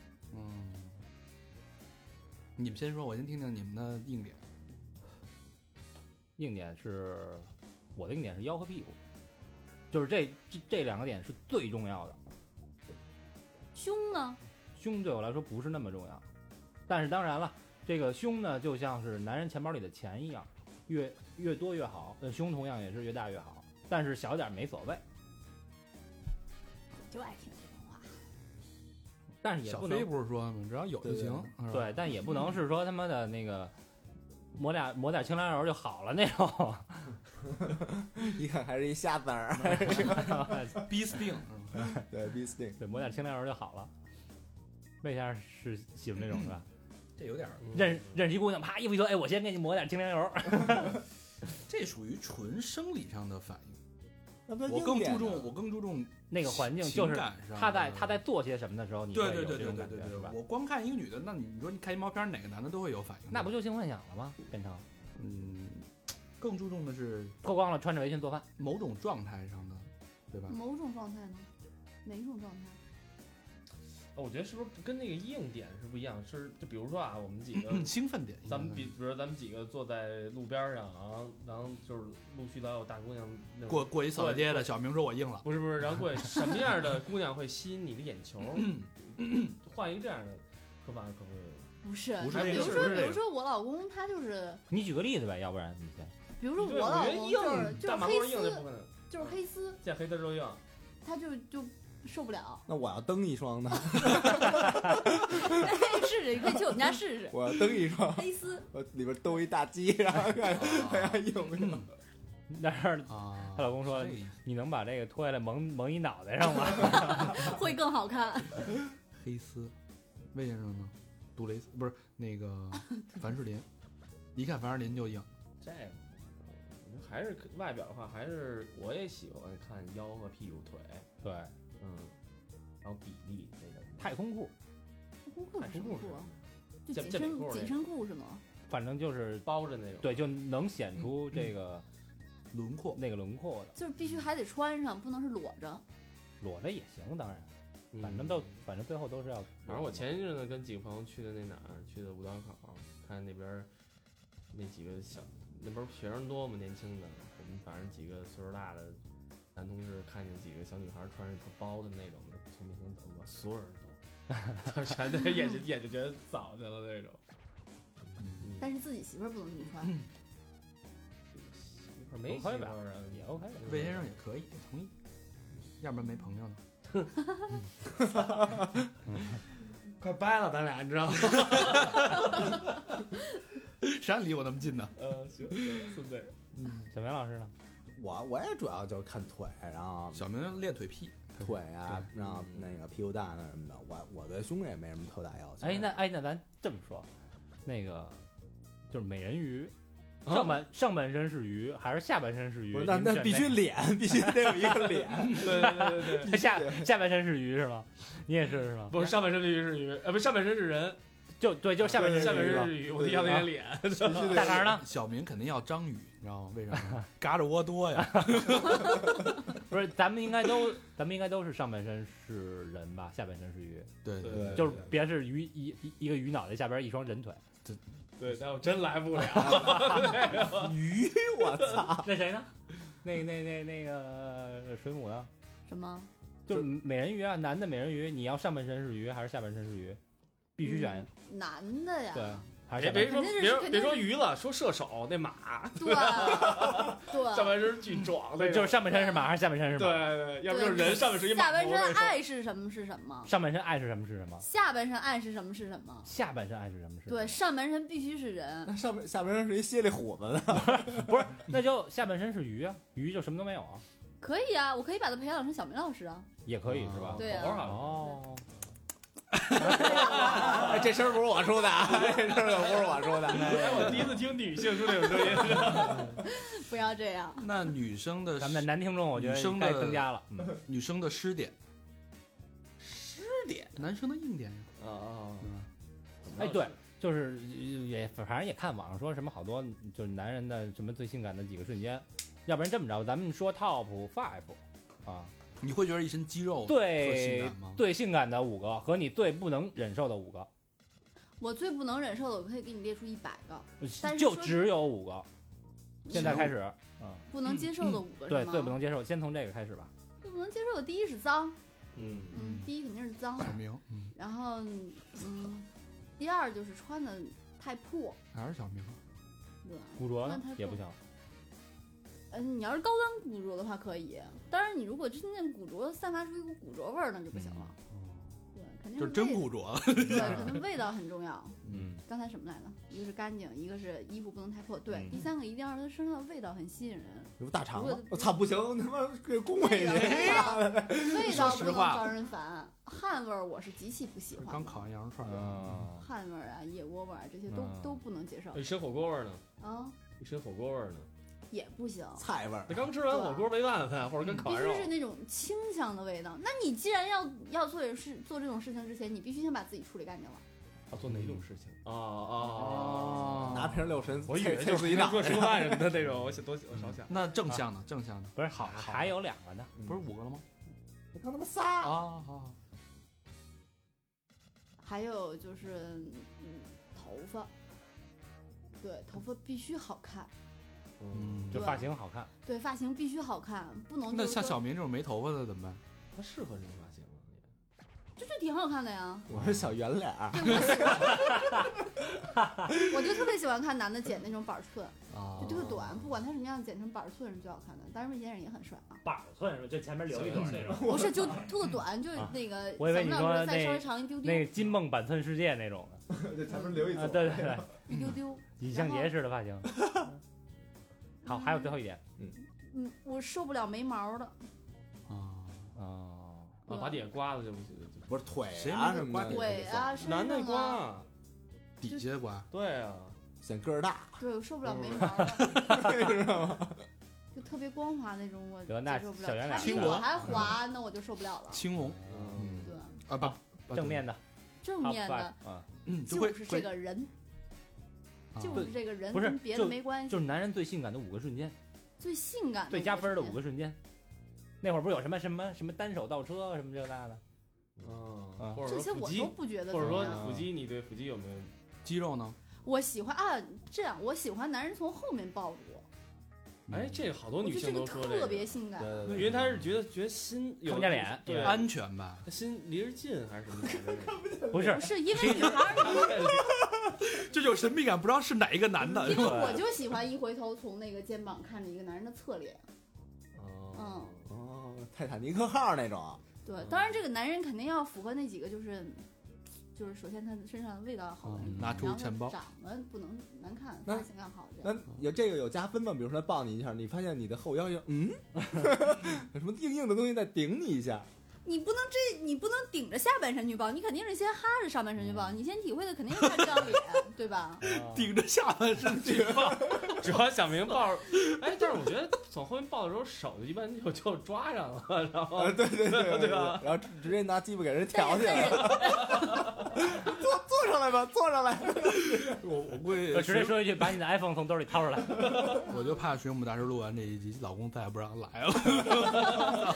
你们先说，我先听听你们的硬点。 硬点是我的硬点是腰和屁股，就是这两个点是最重要的。 胸呢？ 胸对我来说不是那么重要，但是当然了，这个胸呢就像是男人钱包里的钱一样，越多越好。胸同样也是越大越好，但是小点没所谓。 就爱听这种话。 但是也不能小飞不是说吗？只要有就行，是吧？ 对，但也不能是说他妈的那个抹点清凉油就好了那种。 一看还是一瞎子儿， 逼死病。 对 B stick， 对，抹点清凉油就好了。魏先生是喜欢这种是吧？ 这有点儿， 认识一姑娘，啪衣服一脱，哎，我先给你抹点清凉油。 这属于纯生理上的反应。 那不我更注重那个环境，就是情感上他在做些什么的时候，你会有这种感觉是吧？ 我光看一个女的，那你说你看一毛片，哪个男的都会有反应。 那不就性幻想了吗？变成更注重的是脱光了穿着围裙做饭。 某种状态上的，对吧？ 某种状态呢？哪种状态？ 我觉得是不是跟那个硬点是不一样？是就比如说啊，我们几个兴奋点， 比如说咱们几个坐在路边上啊，然后就是陆续老有大姑娘那种过一扫大街的，小明说我硬了， 不是，然后过去什么样的姑娘会吸引你的眼球？换一个这样的说法可不可以？ 不是， 不是比如说， 这个不是这个比如说我老公他就是， 你举个例子呗，要不然你先。 比如说对我老觉得公硬， 就是大马黑丝， 褂硬就不可能， 就是黑丝， 见黑的肉硬。 他就受不了。 那我要蹬一双呢？ 试试，你可以去我们家试试。 我要蹬一双， 黑丝， 我里边兜一大鸡，然后看看硬不硬。 但是啊， 她老公说这：“ 你能把这个脱下来蒙一脑袋上吗？” 会会更好看。 黑丝，魏先生呢？杜蕾斯不是那个凡士林，一看凡士林就硬。 这个还是外表的话，还是我也喜欢看腰和屁股腿， 对， 然后比例那个太空裤， 太空裤是什么裤啊？就健紧美裤那个身紧身裤是吗？ 反正就是包着那种。 对，就能显出这个轮廓， 那个轮廓的， 就是必须还得穿上，不能是裸着。 裸着也行，当然， 嗯反正最后都是要。 反正我前一阵子跟几个朋友去的那哪儿，去的五道口，看那边那几个那边学生多嘛，年轻的，我们反正几个岁数大的男同志看见几个小女孩穿着特包的那种的，从面前走过，所有人都全在眼睛觉得早去了那种。 但是自己媳妇儿不能这么穿。 没媳妇儿啊， 也 OK 的。 魏先生也可以同意，要不然没朋友呢。 快掰了，咱俩你知道吗？ 谁让离我那么近呢？ 行，顺队。 小明老师呢？ 我也主要就是看腿，然后小明练腿癖， 腿啊，然后那个屁股蛋啊什么的。我对胸也没什么特大要求。 那咱这么说，那个就是美人鱼，上半身是鱼还是下半身是鱼？ 不是，那必须脸，必须得有一个脸。 对， 下半身是鱼是吗？你也是吗？ 不是上半身必须是鱼，不是上半身是人， 就下半身下半身是是鱼，我要那个脸。 大肠呢？ 小明肯定要章鱼，你知道吗？为什么？嘎着窝多呀。 不是，咱们应该都是上半身是人吧，下半身是鱼， 对对就是别是鱼一个鱼脑袋下边一双人腿。 对，但我真来不了。 鱼，我操！ 那谁呢？那个水母呢？ 什么？ 就是美人鱼啊，男的美人鱼，你要上半身是鱼还是下半身是鱼？必须选。 男的呀。 对，还是下半身别说鱼了，说射手那马， 对对， 上半身巨壮，那就是上半身是马还是下半身是马？ 对，要不就是人上半身一马。 下半身爱是什么是什么？ 上半身爱是什么是什么？ 下半身爱是什么是什么？ 下半身爱是什么是什么？ 对，上半身必须是人。 那下半身是一蝎里虎子呢？ 不是，那就下半身是鱼啊，鱼就什么都没有啊。 可以啊，我可以把他培养成小明老师啊。 也可以是吧？ 对啊。 哦。 这声不是我出的啊，这声可不是我出的。 哎，我第一次听女性说这种声音。 不要这样。 那女生的， 咱们的男听众，我觉得应该增加了。 女生的湿点，湿点，男生的硬点呀。 哎，对，就是也反正也看网上说什么好多就是男人的什么最性感的几个瞬间，要不然这么着，咱们说 top 5啊。 你会觉得一身肌肉特性感吗？ 最性感的5个和你最不能忍受的5个。 我最不能忍受的，我可以给你列出100个，但是就只有5个。现在开始， 不能接受的5个是吗？ 对，最不能接受，先从这个开始吧。 最不能接受的第一是脏，第一肯定是脏。 小明， 然后第二就是穿的太破， 还是小明。 对， 古着呢也不行。 你要是高端古着的话可以，当然你如果真正古着散发出一股古着味儿，那就不行了。对，肯定就是真古着。 对，可能味道很重要。刚才什么来着？一个是干净，一个是衣服不能太破。对，第3个一定要是他身上的味道很吸引人。 有大肠子，我操，不行，他妈给恭维你。 味道不能招人烦，汗味儿我是极其不喜欢。 刚烤完羊肉串， 汗味儿啊、野窝味儿啊，这些都不能接受。 一身火锅味儿呢？ 啊， 一身火锅味儿呢？ 也不行， 菜味儿。 你刚吃完火锅没办法，或者跟烤完肉， 必须是那种清香的味道。那你既然要做这种事情之前，你必须先把自己处理干净了。 做哪种事情？ 拿瓶六神， 我以为就是一说吃饭什么的那种，我少想。 那正向的，正向的不是好，还有2个呢， 不是5个了吗？ 你看他妈仨啊！好。 还有就是头发，对，头发必须好看。 就发型好看， 对，发型必须好看，不能。 那像小明这种没头发的怎么办？ 他适合这种发型吗？ 这挺好看的呀。 我是小圆脸儿， 我就特别喜欢看男的剪那种板寸， 啊， 就特短，不管他什么样，剪成板寸是最好看的。当然，魏先生也很帅啊。 板寸是吧？就前面留一段那种。 不是，就特短，就那个。 我以为你说再稍微长一丢丢。 那个金梦板寸世界那种的， 就前面留一撮。 对对对， 一丢丢。 李相杰式的发型。好，还有最后一点， 我受不了没毛的。 把底下刮了就不行。 不是腿谁啊没刮什么的， 腿啊，身男的上啊， 刮啊， 底下刮， 对啊， 显个儿大， 对我受不了没毛了， 知道吗？ 就特别光滑那种，我得那接受不了。 小圆脸它比我还滑，那我就受不了了。 青龙对， 啊不正面的， 正面的啊， 就会就是这个人， 啊就是这个人， 不是跟别的没关系。 就是男人最性感的5个瞬间， 最性感的最加分的 5 5个瞬间。那会儿不是有什么单手倒车什么这那的， 或者这些我说腹肌都，不觉得或者说怎么样。 腹肌，你对腹肌有没有？ 肌肉呢？ 我喜欢啊，这样我喜欢男人从后面抱住我， 哎，这个好多我觉得这个女性都说特这个， 别性感。 对因为她是觉得心有看不见脸对， 安全吧？ 她心离着近还是什么感觉？ 不是不是因为女孩儿， 这有神秘感，不知道是哪一个男的。 因为我就喜欢一回头从那个肩膀看着一个男人的侧脸。 哦， 哦，泰坦尼克号那种， 对，当然这个男人肯定要符合那几个，就是首先他身上的味道要好闻， 拿出然后钱包长得不能难看， 那发型要好这那样。 有加分吗？比如说他抱你一下，你发现你的后腰有有什么硬硬的东西在顶你一下， 你不能顶着下半身去抱，你肯定是先哈着上半身去抱，你先体会的肯定是他这张脸，对吧？ 顶着下半身去抱， 主要小明抱着，哎，但是我觉得从后面抱的时候，手一般就抓上了，然后对对吧？ 然后直接拿鸡巴给人挑起但来， 是坐上来吧，坐上来。 我估计就直接说一句，把你的 iPhone 从兜里掏出来。 我就怕水母大师录完这一集，老公再也不让来了。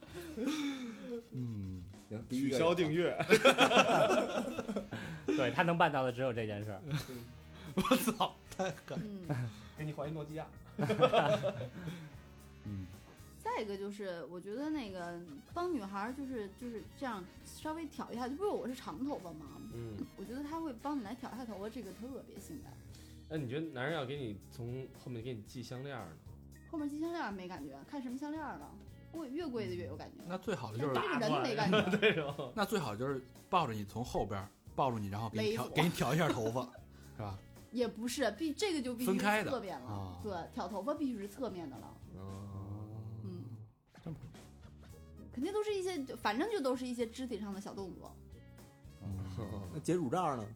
行，第一个取消订阅， 对他能办到的只有这件事儿。 我操，太狠！ 给你换一诺基亚。 再一个就是，我觉得那个帮女孩儿就是这样稍微挑一下，就不是我是长头发嘛，我觉得他会帮你来挑一下头发，这个特别性感。 那你觉得男人要给你从后面给你系项链呢？ 后面系项链没感觉，看什么项链了，越贵的越有感觉。 那最好的就是但这个人没感觉。 这种那最好就是抱着你从后边抱住你，然后给你勒死我挑一下头发，是吧？ 也不是，这个就必须是分开的侧面了， 啊对，挑头发必须是侧面的了，肯定都是一些，反正就都是一些肢体上的小动作。 那解乳罩呢？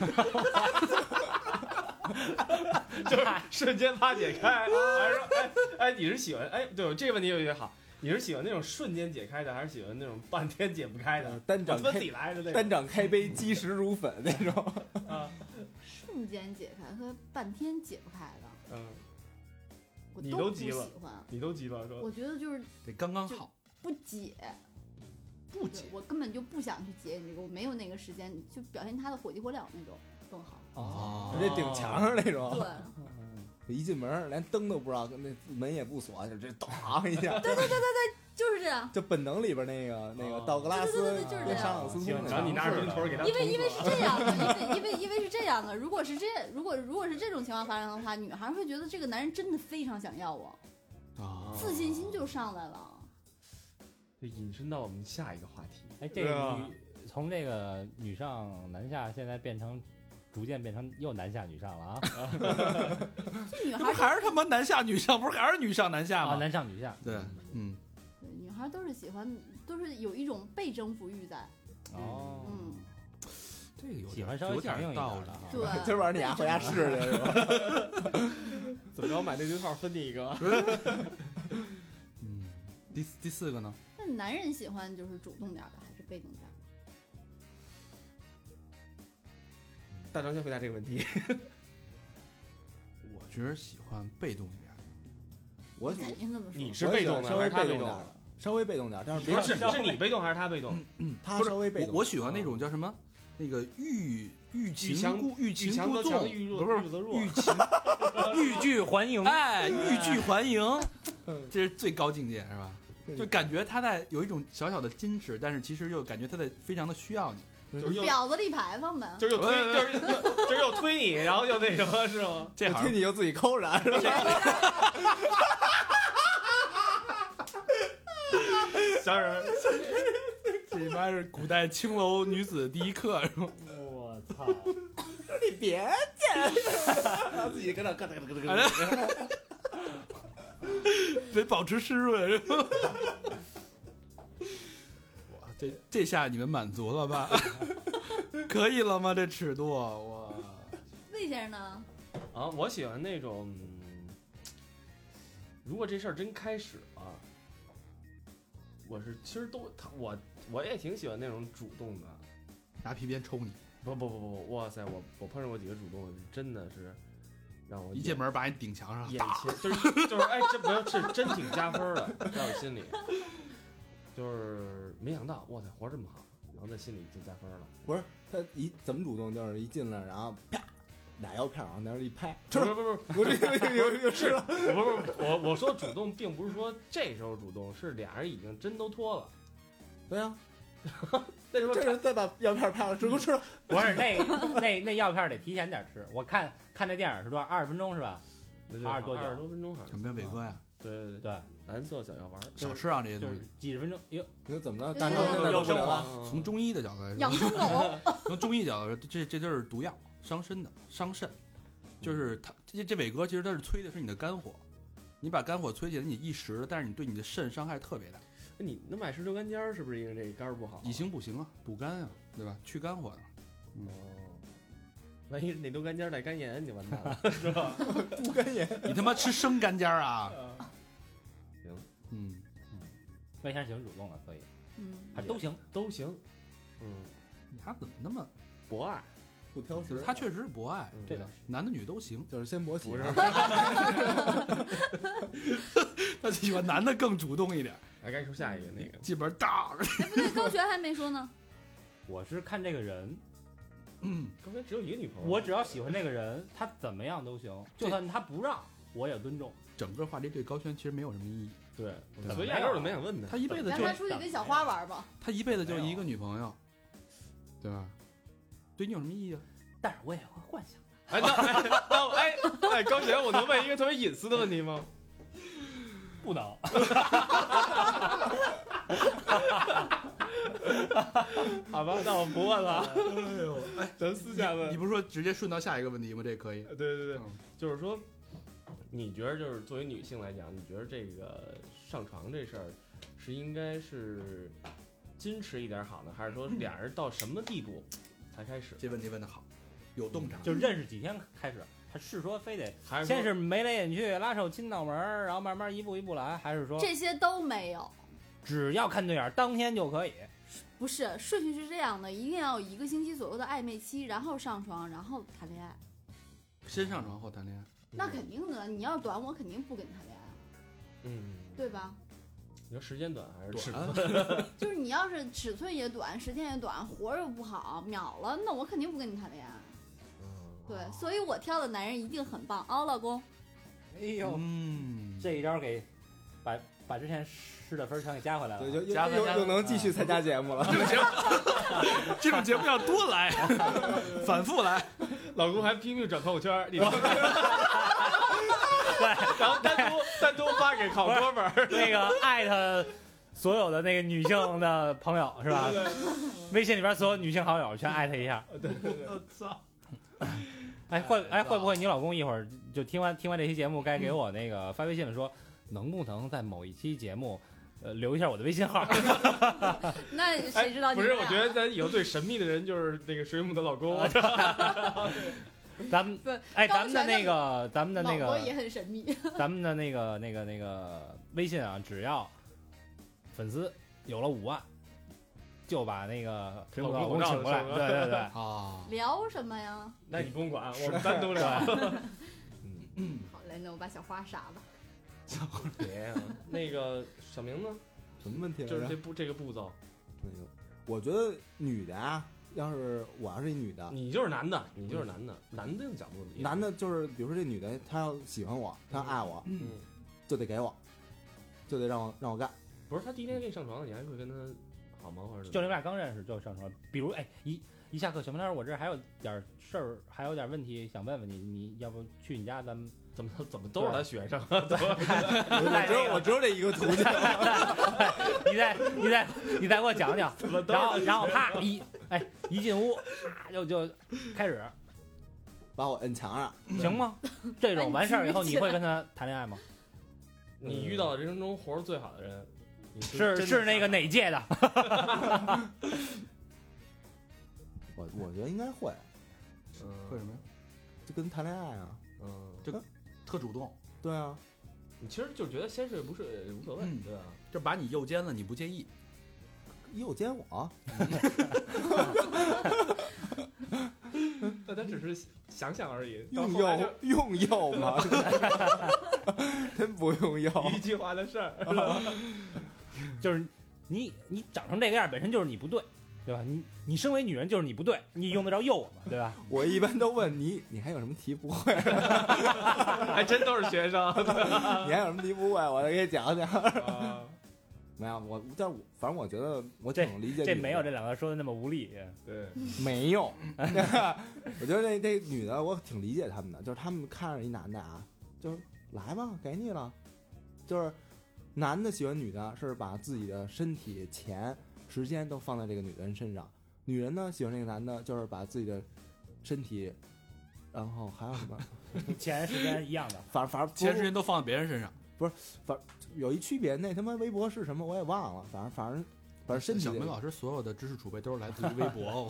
就是瞬间啪解开，还是说哎，你是喜欢对这个问题有点好，你是喜欢那种瞬间解开的，还是喜欢那种半天解不开的？ 单掌开自己来的那种。 单掌开杯，积石如粉那种。 瞬间解开和半天解不开的，我你都不喜都急了欢。 你都急了，说我觉得就是得刚刚好。 不解，不解，我根本就不想去解你这个，我没有那个时间，就表现他的火急火燎那种更好。 哦直接顶墙上那种。 对， 一进门连灯都不知道，那门也不锁，就直接当一下。 就是这样。 就本能里边那个道格拉斯对就是这样跟沙朗斯通然后你拿着冰头给他捅死了， 因为是这样的，因为是这样的，如果是这种情况发生的话，女孩会觉得这个男人真的非常想要我，自信心就上来了。 就引申到我们下一个话题。 哎，这个从这个女上男下，现在逐渐变成又男下女上了啊！ 这女孩不还是他妈男下女上，不是还是女上男下吗？ 男上女下， 对， 对女孩都是喜欢，都是有一种被征服欲在。 哦， 这个有喜欢稍微强硬一点的哈。 对， 今儿晚上你丫回家试去是吧？ 怎么着买那对套分你一个？ 第四个呢？ 那男人喜欢就是主动点的还是被动点？ 大张先回答这个问题。 我觉得喜欢被动一点。 我肯定这么说。 你是被动的稍微还是他被动被动点？稍微被动点，但是不是是你被动还是他被动？ 他不是稍微被动。 我喜欢那种叫什么？那个欲擒故纵， 欲弱不是则弱， 欲拒还迎， 哎，欲拒还迎，这是最高境界，是吧？就感觉他在有一种小小的矜持，但是其实又感觉他在非常的需要你， 就是又婊子立牌坊呗。 就是又推，就是又推你，然后又那什么，是吗？ 这行推你就自己抠着，是吧？ 小人， 这他妈是古代青楼女子第一课，是吗？ 我操！ 你别介，然后自己跟那咯噔咯噔咯噔。 得保持湿润，是吧？ 这下你们满足了吧？可以了吗？这尺度，哇！ 魏先生呢？ 啊，我喜欢那种，如果这事儿真开始了，其实我也挺喜欢那种主动的。 拿皮鞭抽你， 不，哇塞，我碰上过几个主动的，真的是让我一进门把你顶墙上， 眼前就是哎，这不是真挺加分的，在我心里，就是没想到哇塞活这么好，然后在心里就加分了。 不是他怎么主动，就是一进来，然后啪俩药片往那儿一拍， 不是， 我这有吃了。 我说主动，并不是说这时候主动，是俩人已经针都脱了。 对呀， 那时候这人再把药片拍了，给我吃了。 不是那药片得提前点吃。我看那电影是多少20分钟是吧？ 20 多久 20多分钟好像。 什么呀，伟哥呀？ 对， 对， 蓝色小药丸， 少吃啊这些就是东西。 几十分钟。哟， 你怎么了？ 对大肠现在有生受不了了。 活。 从中医的角度来说， 养生狗， 从中医角度来说，这都是毒药，伤身的，伤肾。就是他这伟哥其实他是催的是你的肝火，你把肝火催起来，你一时的，但是你对你的肾伤害特别大。 你那买石榴干尖儿是不是因为这肝儿不好？ 以形补形啊，补肝啊，对吧？去肝火的。 哦，万一那溜干尖儿带肝炎，你完蛋了，是吧？ 猪肝炎。 你他妈吃生干尖儿啊？ 行， 嗯， 魏先生喜欢主动的可以，还嗯， 都行。 都行。 你还怎么那么？ 博爱， 不挑食， 他确实是博爱， 这个男的女都行。 就是先勃起。 不是他喜欢男的更主动一点， 来该说下一个那个。 进门大。 哎，不对，高璇还没说呢。 我是看这个人， 刚才只有一个女朋友， 我只要喜欢这个人，他怎么样都行，就算他不让，我也尊重。 整个话题对高轩其实没有什么意义， 对， 对所以压根儿我没想问他。 他一辈子就让他出去跟小花玩吧。 他一辈子就一个女朋友，对吧？对你有什么意义啊？ 但是我也会幻想。 哎，那高璇，我能问一个特别隐私的问题吗？ 不能。 好吧，那我不问了。 哎呦，哎， 咱私下问。 你不是说直接顺到下一个问题吗？这可以。 对，就是说，你觉得就是作为女性来讲，你觉得这个上床这事儿是应该是矜持一点好呢，还是说俩人到什么地步才开始？ 这问题问得好，有洞察。 就认识几天开始，还是说非得还是先是眉来眼去，拉手亲脑门，然后慢慢一步一步来，还是说这些都没有， 只要看对眼，当天就可以？ 不是顺序是这样的，一定要有1个星期左右的暧昧期，然后上床，然后谈恋爱。 先上床后谈恋爱， 那肯定的，你要短，我肯定不跟你谈恋爱，对吧？ 你说时间短还是尺短寸？ 就是你要是尺寸也短，时间也短，活儿又不好，秒了，那我肯定不跟你谈恋爱。对，所以我挑的男人一定很棒哦，老公。 哎呦，这一招给把之前失的分全给加回来了。 对， 加分又能继续参加节目了。 这种节目要多来，反复来。 老公还拼命转朋友圈，你知道吗？ 对， 然后单独发给好哥们儿， 那个艾特所有的那个女性的朋友是吧？微信里边所有女性好友全艾特一下。 对， 我操！ 会不会你老公一会儿就听完这期节目，该给我那个发微信了，说能不能在某一期节目，留一下我的微信号？ 那谁知道你不是， 们俩？ 我觉得咱以后最神秘的人就是那个水母的老公。 咱们不咱们的那个老婆也很神秘。 咱们的那个微信啊，只要粉丝有了5万，就把那个水母老公请过来。对啊， 聊什么呀？ 那你不用管，我们单独聊。 好嘞，那我把小花杀了。 别呀，那个小明呢？ 什么问题来就着？ 是这个步骤， 那个，我觉得女的啊，我要是一女的， 你就是男的，男的角度里， 男的就是比如说这女的，她要喜欢我，她要爱我，就得给我，就得让我干。 不是他第一天跟你上床，你还会跟他好吗？或者就你们俩刚认识就上床，比如一下课，小明老师，我这还有点事儿，还有点问题想问问你，你要不去你家咱们怎么都是他学生？ 我只有这一个途径。 你再给我讲讲，然后啪一进屋，就开始， 把我摁墙上， 行吗？这种完事儿以后，你会跟他谈恋爱吗？ 你遇到了人生中活儿最好的人， 是那个哪届的？ 我觉得应该会， 为什么呀？ 就跟谈恋爱啊， 特主动， 对啊， 你其实就觉得先睡不睡也无所谓，对吧？ 就把你诱奸了，你不介意？ 诱奸我， 那他只是想想而已， 用到后来诱吗？真不用诱， 就一句话的事儿。 就是你长成这个样，本身就是你不对，对吧？你身为女人就是你不对，你用得着诱我吗？对吧？ 我一般都问你还有什么题不会？ 还真都是学生。 你还有什么题不会？我再给你讲讲。 啊没有，反正我觉得我挺理解这没有这两个说的那么无力。 对， 没有。我觉得这女的我挺理解他们的，就是他们看着一男的啊，就是来吧，给你了，就是男的喜欢女的是把自己的身体、钱、时间都放在这个女人身上，女人呢喜欢这个男的就是把自己的身体，然后还有什么钱时间一样的， 反正钱时间都放在别人身上。 有一区别，那他妈微博是什么我也忘了，反正身体小明老师所有的知识储备都是来自于微博。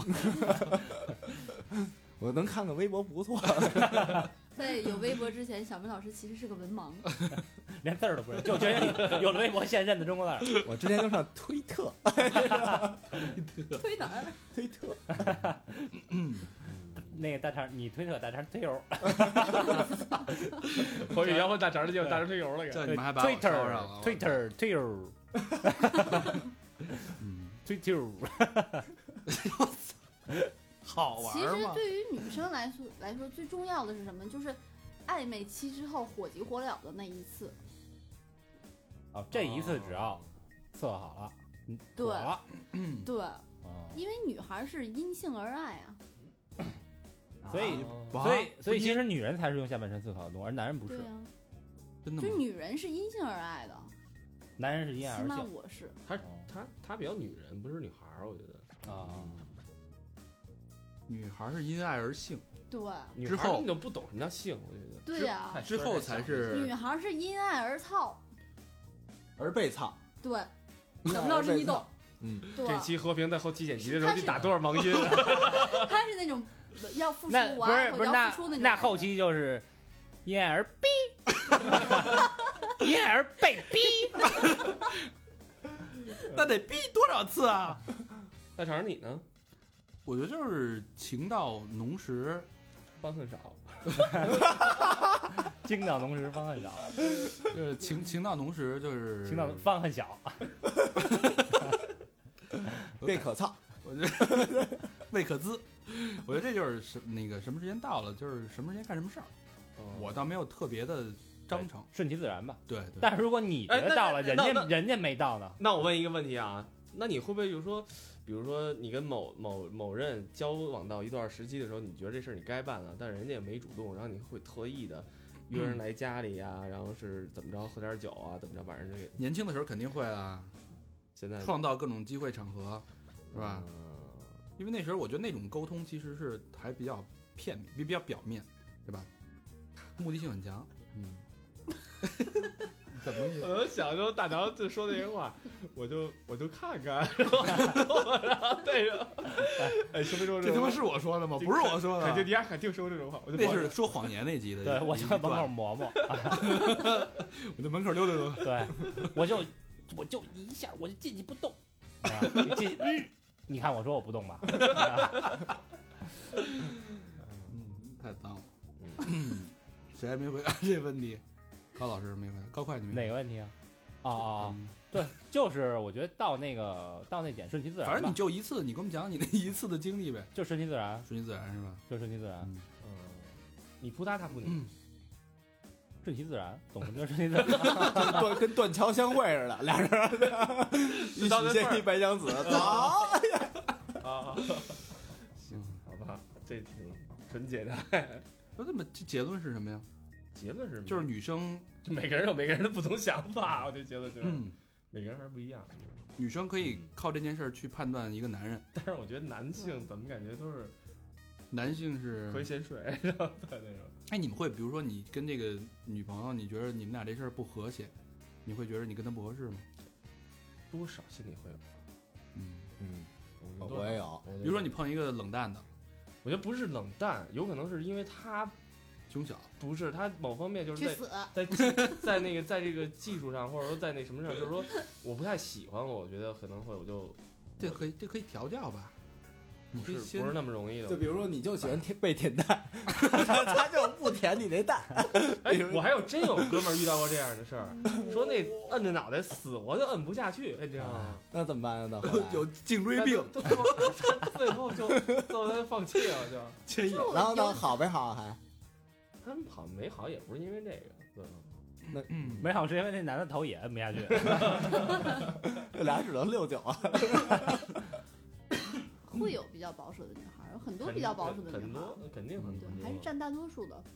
我能看看微博不错。 在有微博之前，小明老师其实是个文盲。 连字儿都不认，就觉得有了微博现认的中国字儿。 我之前就上推特， 推哪儿？ 推特。 那个大肠，你推特大肠推油我以为要问大肠的，结果大肠推油了。 这你们还把我烧上了。 ，Twitter 推油，推油， 好其实玩吗？ 对于女生来说，最重要的是什么？就是暧昧期之后火急火燎的那一次。 哦，这一次只要测好了， 对妥了， 对， 哦因为女孩是因性而爱啊。 所以哇所以其实女人才是用下半身思考的动物，而男人不是对，呀、 真的吗？ 就女人是因性而爱的， 男人是因爱起码而性。 我是。 他比较女人，不是女孩儿，我觉得。 啊， 女孩是因爱而性， 对女之后孩儿根本就不懂什么叫性，我觉得。 对呀、 之后才是女孩是因爱而操。 而被操， 对，小明老师你懂。对， 这期和平在后期剪辑的时候得打多少盲音？ 他是那种要付出， 那不是不是要付出那种。 那后期就是因爱而逼，因爱而被逼。 那得逼多少次啊？ 大肠你呢？ 我觉得就是情到浓时方恨少。 精到浓时方恨少， 就是情到浓时就是情到方恨小。 被可操， 我觉得未可知。我觉得这就是什么时间到了，就是什么时间干什么事儿。我倒没有特别的章程， 顺其自然吧。 对对。 但是如果你觉得到了，人家没到呢？ 那我问一个问题啊，那你会不会就是说，比如说你跟某人交往到一段时期的时候，你觉得这事儿你该办了，但是人家也没主动，然后你会特意的约人来家里呀、然后是怎么着喝点酒啊，怎么着把人给年轻的时候肯定会啊， 现在创造各种机会场合，是吧？因为那时候我觉得那种沟通其实是还比较片面，比较表面，对吧？目的性很强。怎么我能想说大肠就说那些话，我就看看，然后对着，哎，说没说这他妈是我说的吗？不是我说的， 肯定你还肯定说这种话，我就那是说谎言那集的。 对，我就在门口磨磨， 我在门口溜达溜达。 对，我就一下我就进去不动，进你看我说我不动吧？ 太脏了。谁还没回答这问题？高老师没回答，高快你没回答哪个问题啊？哦，对，就是我觉得到那点顺其自然吧， 反正你就一次，你给我们讲你那一次的经历呗， 就顺其自然， 顺其自然是吧？ 就顺其自然， 你扑他，他扑你， 顺其自然，懂什么叫顺其自然？ 跟断桥相会似的，俩人一许仙一白娘子，走。 啊，行，好吧，这挺纯洁的。 不，那么这结论是什么呀？ 结论是就是女生， 就每个人有每个人的不同想法，我这结论就是，每个人还是不一样。 女生可以靠这件事儿去判断一个男人， 但是我觉得男性怎么感觉都是男性是可以先睡，然后对那种。 哎，你们会比如说你跟这个女朋友，你觉得你们俩这事儿不和谐，你会觉得你跟她不合适吗？ 多少心里会有。 我也有。 比如说你碰一个冷淡的， 我觉得不是冷淡，有可能是因为他胸小， 不是他某方面就是去死！ 在那个在这个技术上，或者说在那什么上，就是说我不太喜欢我觉得可能会我就这可以调教吧？你不是可以先不是那么容易的。 就比如说，你就喜欢被舔蛋，他就不舔你那蛋。 哎，我还有真有哥们儿遇到过这样的事儿，说那摁着脑袋死活就摁不下去，你知道吗？ 那怎么办呢？到后来有颈椎病， 最后就放弃了，就牵引。 然后呢，好没好还？ 他们好没好也不是因为这个，对吧？ 那没好是因为那男的头也摁不下去。 这俩只能69啊。 会有比较保守的女孩，有很多比较保守的女孩， 很多肯定很多， 对，还是占大多数的。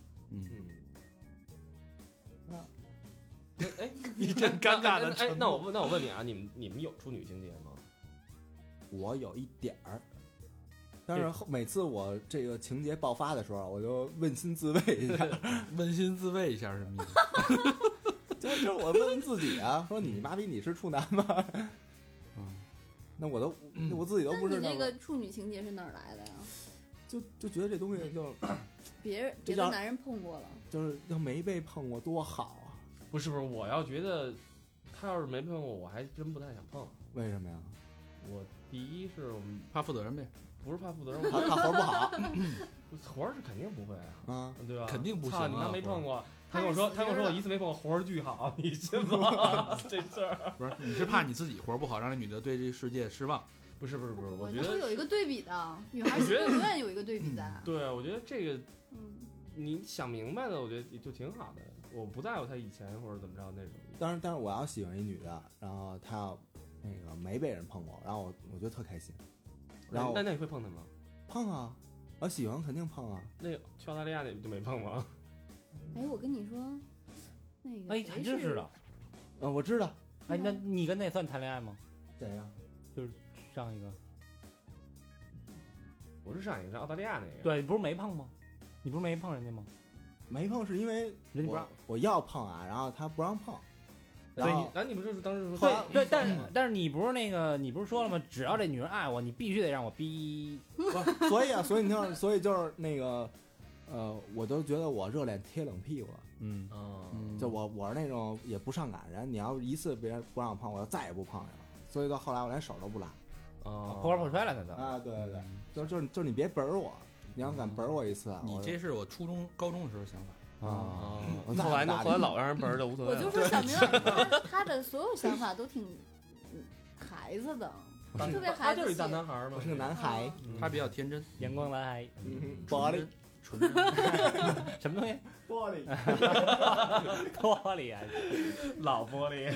哎， 一阵尴尬的哎，那我问你啊，你们有处女情节吗？ 我有一点儿，但是每次我这个情节爆发的时候，我就扪心自问一下， 扪心自问一下什么意思？ 就是我问自己啊，说你妈逼你是处男吗？那我都我自己都不是那你那个处女情节是哪儿来的呀？ 就觉得这东西就别的男人碰过了， 就是要没被碰过多好啊！ 不是，我要觉得他要是没碰过，我还真不太想碰。 为什么呀？ 我第一是我们怕负责任呗， 不是怕负责任， 他活不好活儿是肯定不会啊，对吧？ 肯定不行啊操你妈没碰过。他跟我说我一次没碰过，活儿巨好，你信吗？这事儿不是，你是怕你自己活不好，让那女的对这世界失望？ 不是，我觉会得有一个对比的，女孩心里永远有一个对比在。 对，我觉得这个，你想明白了，我觉得也就挺好的。我不在乎他以前或者怎么着那种。 但是我要喜欢一女的，然后她要那个没被人碰过，然后我觉得特开心。然后那你会碰他吗？ 碰啊，我喜欢肯定碰啊。 那个去澳大利亚那就没碰吗？ 哎，我跟你说，那个哎，还真是的。 我知道。 哎，那你跟那算谈恋爱吗？ 谁呀？ 就是上一个。 我是上一个是澳大利亚那个。 对，不是没碰吗？你不是没碰人家吗？ 没碰是因为人家不让， 我要碰啊，然后他不让碰。 然后， 你们就是当时说对，但是你不是那个，你不是说了吗？只要这女人爱我，你必须得让我逼。 所以你看，所以就是那个，我都觉得我热脸贴冷屁股了。就我是那种也不上赶人，你要一次别人不让我碰，我就再也不碰你了。所以到后来我连手都不拉。 破罐破摔了，那都啊，对，就是你别本我，你要敢本我一次， 你这是我初中、高中的时候想法。 后来老让人本就无所谓。 我就说小明他的所有想法都挺孩子的，特别孩子气。 他就是一大男孩嘛， 我是个男孩， 他比较天真， 阳光男孩， 玻璃， 纯真， 什么东西？ 玻璃， 玻璃啊， 老玻璃。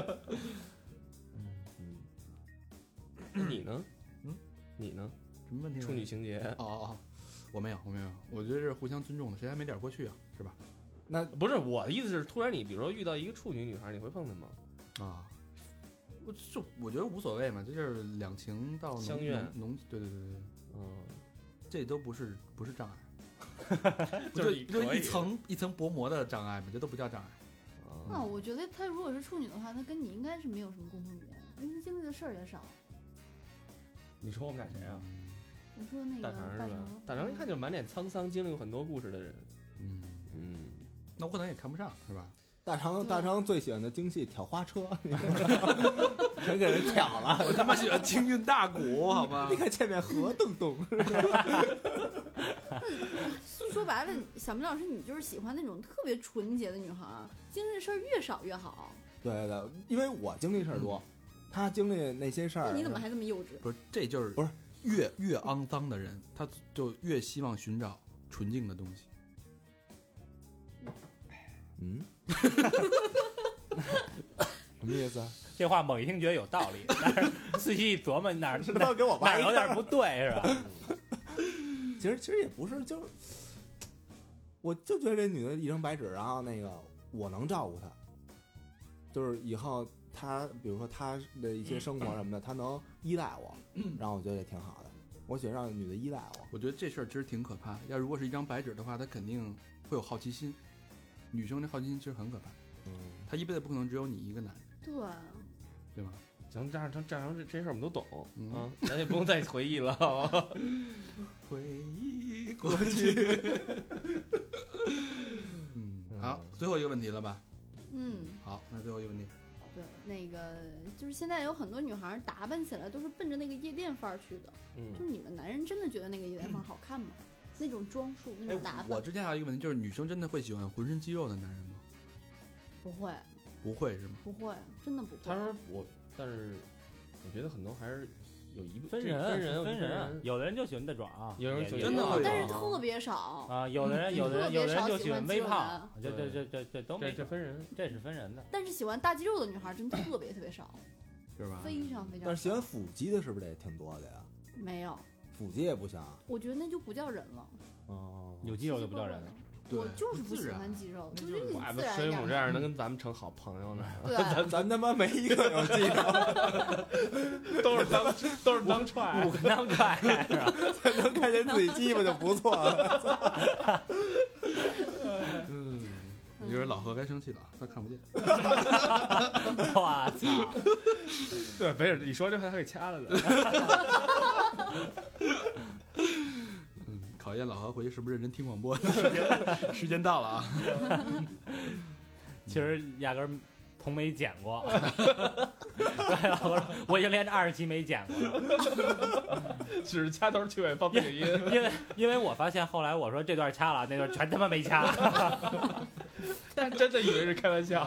你呢？你呢？ 什么问题？ 处女情节？ 哦，我没有，我觉得是互相尊重的，谁还没点过去啊，是吧？ 那不是我的意思是，突然你比如说遇到一个处女女孩，你会碰她吗？ 啊，我觉得无所谓嘛，这就是两情到相悦浓，对，这都不是障碍， 就一层薄膜的障碍嘛，这都不叫障碍。 那我觉得她如果是处女的话，她跟你应该是没有什么共同语言，因为她经历的事儿也少。 你说我们俩谁啊？ 我说那个大成是吧？大成一看就是满脸沧桑，经历过很多故事的人。 那我可能也看不上，是吧？ 大成最喜欢的京戏挑花车，全给人挑了。 我他妈喜欢京韵大鼓，好吧？ 你看前面河洞洞。 说白了，小明老师，你就是喜欢那种特别纯洁的女孩，经历的事儿越少越好。 对，因为我经历事儿多，他经历那些事儿， 你怎么还这么幼稚？ 不是，这就是不是越肮脏的人，他就越希望寻找纯净的东西。 什么意思啊？ 这话猛一听觉得有道理，但是仔细一琢磨哪儿给我哪儿有点不对，是吧？ 其实也不是，就是我就觉得这女的一张白纸，然后那个我能照顾她，就是以后她比如说她的一些生活什么的，她能依赖我，然后我觉得也挺好的。我喜欢让女的依赖我。 我觉得这事儿其实挺可怕。要如果是一张白纸的话，她肯定会有好奇心。女生的好奇心其实很可怕。她一辈子不可能只有你一个男人。 对吧？ 行，这样这事儿我们都懂啊，咱也不用再回忆了，好吧？ 回忆过去。好，最后一个问题了吧？好，那最后一个问题。 对，那个就是现在有很多女孩打扮起来都是奔着那个夜店范儿去的，就是你们男人真的觉得那个夜店范儿好看吗？那种装束，那种打扮。 我之前还有一个问题，就是女生真的会喜欢浑身肌肉的男人吗？ 不会， 不会是吗？ 不会，真的不会。 他说但是我觉得很多还是有一分人，有的人就喜欢大壮， 有人喜欢真的会有但是特别少啊。有的人就喜欢微胖，这都没这分人， 这是分人的。 但是喜欢大肌肉的女孩真特别特别少， 是吧？ 非常非常少。 但是喜欢腹肌的，是不是也挺多的呀？ 没有， 腹肌也不行。 我觉得那就不叫人了。 哦， 有肌肉就不叫人了。 我就是不喜欢肌肉，我觉得你怪不自然水母这样能跟咱们成好朋友呢。 对， 咱他妈没一个有肌肉， 都是当踹， 不当踹是吧？ 能看见自己鸡巴就不错了。 我觉得老何该生气了，他看不见。 我操！ 对，没事，你说这话他给掐了的。 考验老何回去是不是认真听广播。时间到了啊！ 其实压根儿从没剪过。我已经连着20期没剪过了， 只是掐头去尾放背景音。 因为我发现后来我说这段掐了，那段全他妈没掐。 但真的以为是开玩笑。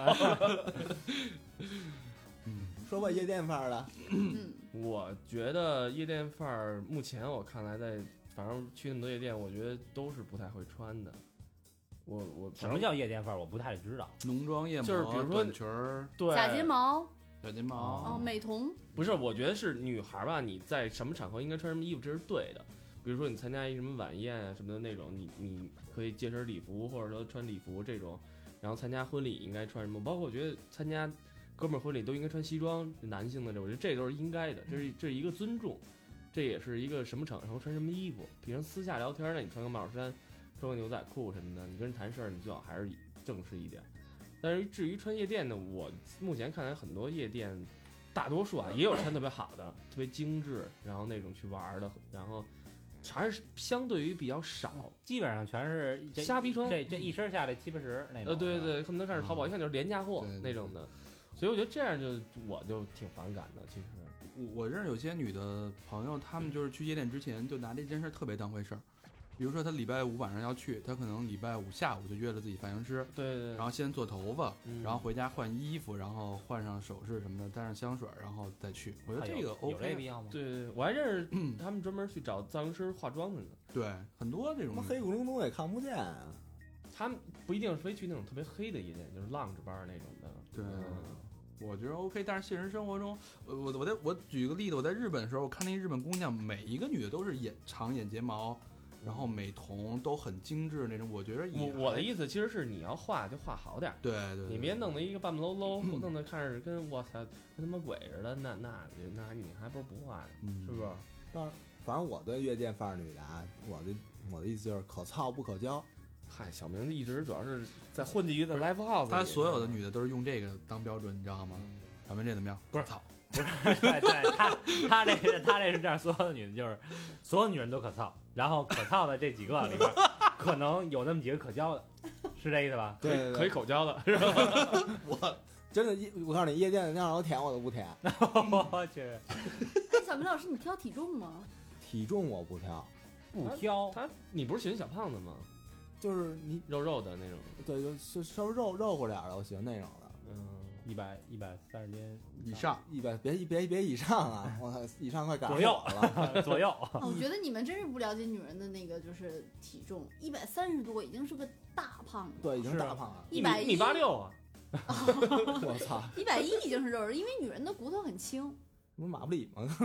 说吧，夜店范儿的。 我觉得夜店范儿，目前我看来反正去那么多夜店，我觉得都是不太会穿的。我什么叫夜店范儿？我不太知道。 浓妆艳抹， 就是比如说短裙儿、 对假睫毛、 小睫毛哦，美瞳。 不是，我觉得是女孩吧，你在什么场合应该穿什么衣服，这是对的。比如说你参加一什么晚宴啊什么的那种，你可以借身礼服，或者说穿礼服这种。然后参加婚礼应该穿什么？包括我觉得参加哥们儿婚礼都应该穿西装，男性的这，我觉得这都是应该的，这是一个尊重，这也是一个什么场合穿什么衣服。平常私下聊天呢，你穿个帽衫，穿个牛仔裤什么的，你跟人谈事儿，你最好还是正式一点。但是至于穿夜店呢，我目前看来很多夜店，大多数啊也有穿特别好的，特别精致，然后那种去玩的，然后还是相对于比较少， 基本上全是瞎逼穿。 这一身下来70-80那种。 对对，恨不得开始淘宝，一看就是廉价货对那种的。所以我觉得这样我就挺反感的。其实我认识有些女的朋友，她们就是去夜店之前就拿这件事特别当回事儿。比如说她礼拜5晚上要去，她可能礼拜5下午就约了自己发型师， 对， 然后先做头发，然后回家换衣服，然后换上首饰什么的，带上香水，然后再去。我觉得这个 OK， 有这必要吗？ 对，我还认识他们专门去找造型师化妆的呢。 对，很多这种他妈黑咕隆咚也看不见啊。 他们不一定非去那种特别黑的夜店，就是浪子班那种的。 对。我觉得 OK， 但是现实生活中，我举个例子，我在日本的时候，我看那日本姑娘，每一个女的都是长眼睫毛，然后美瞳都很精致那种。我觉得我的意思其实是你要画就画好点， 对， 你别弄得一个半不喽喽，弄得看着跟我操跟他妈鬼似的，那你还不如不画呢，是不是？ 但是反正我对夜店范儿女的啊，我的意思就是可操不可教。 嗨，小明一直主要是在混迹于在 live house， 他所有的女的都是用这个当标准，你知道吗？咱们这怎么样？ 不是操，不是，对，他这是这样，所有的女的就是所有女人都可操，然后可操的这几个里边，可能有那么几个可教的，是这意思吧？ 对， 可以口交的，是吧？ 我真的，我告诉你，夜店让我舔我都不舔。 我去， 哎，小明老师，你挑体重吗？ 体重我不挑， 不挑。 你不是喜欢小胖子吗？ 就是你肉肉的那种， 对，就稍微肉乎点的，我喜欢那种的。130斤以上 ，100别以上啊！我操，以上快赶上左右了， 左右。 我觉得你们真是不了解女人的那个就是体重，130多已经是个大胖子， 对，已经是大胖了 ，180 啊！ 我操 ，110已经是肉，因为女人的骨头很轻。 不是马布里吗？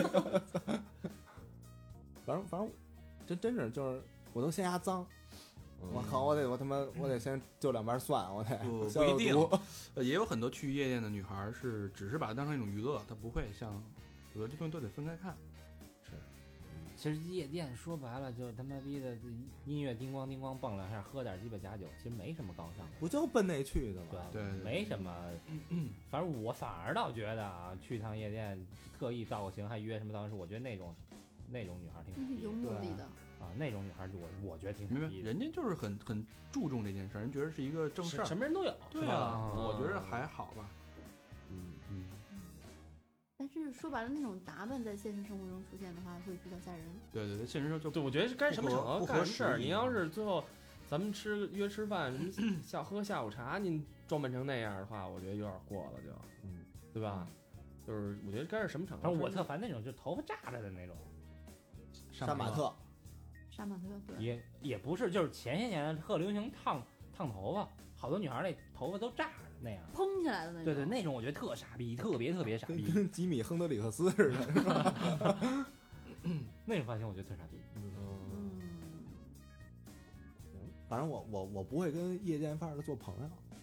反正真是就是我都嫌它脏。我靠！我他妈得先就2瓣蒜，我得不一定，也有很多去夜店的女孩只是把它当成一种娱乐，她不会像，有的这东西都得分开看。 其其实夜店说白了就他妈逼的音乐叮咣叮咣蹦两下，喝点鸡巴假酒，其实没什么高尚的。 不就奔那去的吗？ 对没什么。反正我反而倒觉得啊，去一趟夜店，特意造个型，还约什么造型师，我觉得那种女孩挺傻逼有目的的。 啊，那种女孩我觉得挺傻明白， 逼的。 人家就是很注重这件事儿，人觉得是一个正事儿。 什么人都有， 对是吧啊，我觉得还好吧。嗯， 但是说白了，那种打扮在现实生活中出现的话，会比较吓人。 对，现实中就对，我觉得是该什么场合不合干事儿。 时宜你要是最后咱们约吃饭，什么喝下午茶，您装扮成那样的话，我觉得有点过了就，对吧？就是我觉得该是什么场合。 反正我特烦那种就头发炸着的那种， 杀马特， 杀马特对。 也不是，就是前些年特流行烫头发，好多女孩那头发都炸着那样。 蓬起来的那种。 对，那种我觉得特傻逼，特别傻逼。 跟吉米·亨德里克斯似的，是吧？ 那种发型我觉得特傻逼。 反正我不会跟夜店范儿的做朋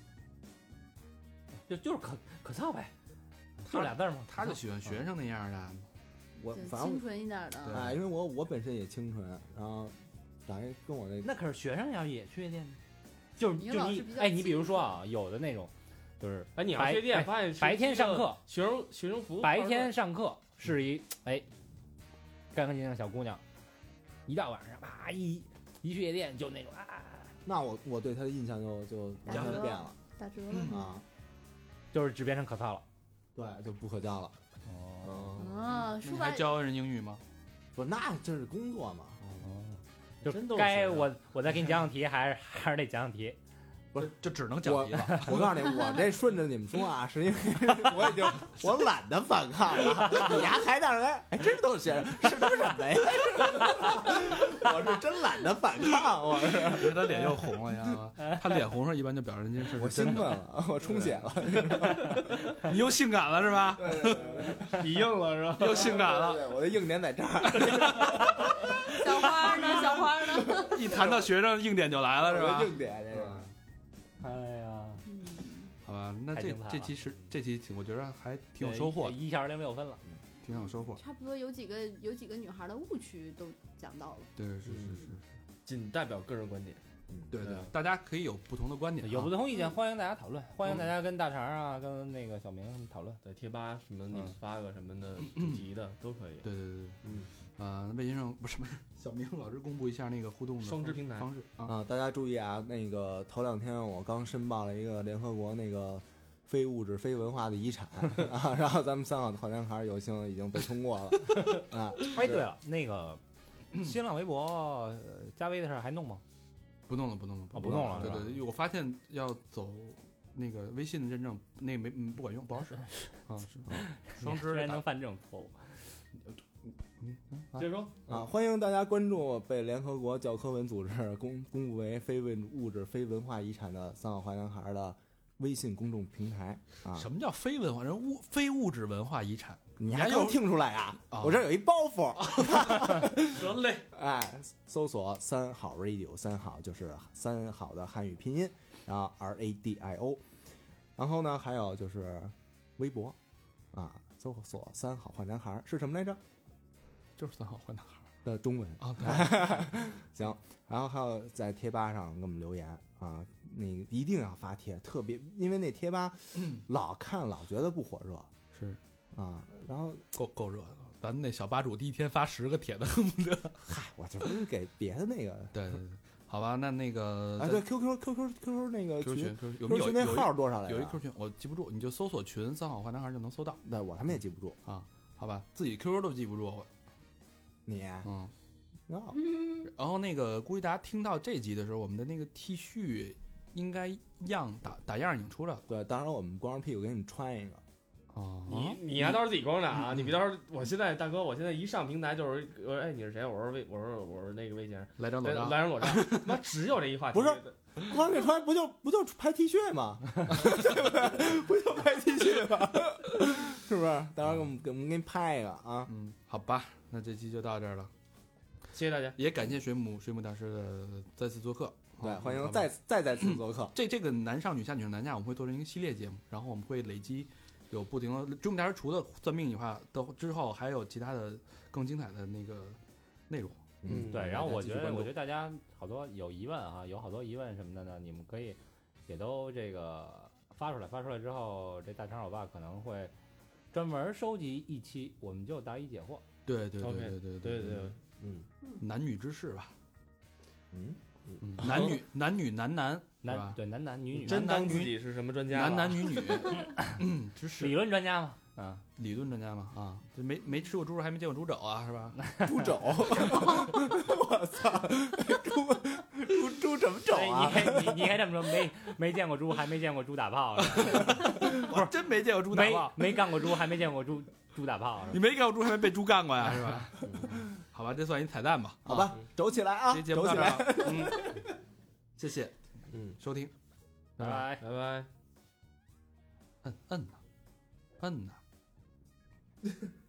友， 就是可操呗，就俩字儿嘛。 他就喜欢学生那样的。 对反正清纯一点的。 哎，因为我本身也清纯，然后长得跟我那可是学生要也去夜店吗？就是你老师比较你比如说啊，有的那种就是你要去店发现白天上课学生服， 白天上课是一干干净净的小姑娘，一到晚上啪一去夜店就那种那我对他的印象就完全变了， 打折了啊， 就是只变成可操了。 对，就不可教了。 啊，说白还教人英语吗？ 不，那这是工作嘛。 就真都是该我再给你讲讲题，还是得讲讲题。 不是，就只能讲题了。 我告诉你，我这顺着你们说啊，是因为我懒得反抗了。你丫还当人，真都是学生，是他妈什么呀？我是真懒得反抗，我是。 他脸又红了，你知道吗？他脸红上一般就表示这件事我是真的。 兴奋了，我充血了， 你又性感了是吧？ 你硬了是吧？ 又性感了。 对，我的硬点在这儿。 小花呢？小花呢？ 一谈到学生，硬点就来了是吧？ 硬点这个。 哎呀， 好吧，那太精彩了这期我觉得还挺有收获的， 1小时06分了。 挺有收获。 差不多有几个女孩的误区都讲到了。 对，是， 仅代表个人观点。 对，大家可以有不同的观点， 有不同意见，欢迎大家讨论，欢迎大家跟大肠啊，跟那个小明他们讨论。 在贴吧什么，你发个什么的主题的都可以。 对，微信上不是小明老师公布一下那个互动的双支平台方式啊，大家注意啊，那个头2天我刚申报了一个联合国那个非物质非文化的遗产啊，然后咱们3好男孩有幸已经被通过了啊。 哎，对了，那个新浪微博加微的事儿还弄吗？ 不弄了， 不弄了。 对，我发现要走那个微信的认证，那个不管用，不好使啊。双支居然能犯这种错误。 接着说啊，欢迎大家关注被联合国教科文组织公布为非物质非文化遗产的3好坏男孩的微信公众平台啊。 什么叫非文化？非物质文化遗产？ 你还能听出来啊？我这有一包袱。 得嘞， 哎，搜索3好 radio， 3好就是3好的汉语拼音，然后 RADIO， 然后呢还有就是微博啊，搜索3好坏男孩是什么来着？ 就是3好坏男孩的中文啊。 行，然后还有在贴吧上给我们留言啊，你一定要发帖，特别因为那贴吧老看老觉得不火热， 是啊，然后够热的。咱们那小吧主第一天发10个帖子，恨不得。 嗨，我这不是给别的那个。 对，好吧，那个对 QQ 那个群有没有那号多少来着？ 有一 QQ 群，我记不住，你就搜索群3好坏男孩就能搜到。 对，我他妈也记不住啊，好吧，自己 QQ 都记不住。 你然后那个估计大家听到这集的时候，我们的那个 T 恤应该打样已经出来了。 对，当然我们光着屁股给你们穿一个。 哦， 你还到时候自己光着啊！你别到时候，我现在大哥，我现在一上平台就是我说，哎，你是谁？我说那个魏先生， 来张裸照， 妈只有这一话题。 不是光着穿不就拍 T 恤吗？对不对？不就拍 T 恤吗？是不是？到时候给我们给你拍一个啊。 好吧，那这期就到这儿了， 谢谢大家， 也感谢水母大师的再次做客。 对，欢迎再次做客。 这个男上女下女上男下，我们会做成一个系列节目，然后我们会累积有不停的。水母大师除了算命以外，之后还有其他的更精彩的那个内容。 对。然后我觉大家继续关注得大家好多有疑问啊，有好多疑问什么的呢，你们可以也都这个发出来之后，这大肠老爸可能会专门收集一期，我们就答疑解惑。 对对 OK， 对对对对， 男女之事吧， 嗯， 男女男男是吧？ 男女女真当自己是什么专家了？ 男女之事， 理论专家嘛，啊， 理论专家嘛啊，这没吃过猪肉还没见过猪肘啊，是吧？ 猪肘，我操，猪什么肘啊？ 你应该这么说，没见过猪，还没见过猪打炮， 我真没见过猪打炮， 没干过猪，还没见过猪打炮， 你没干过猪还没被猪干过呀，是吧？好吧，这算一彩蛋吧， 好吧，肘起来啊， 这节目肘起来。 到这儿了，谢谢，收听， 拜拜。 拜拜。 摁呢。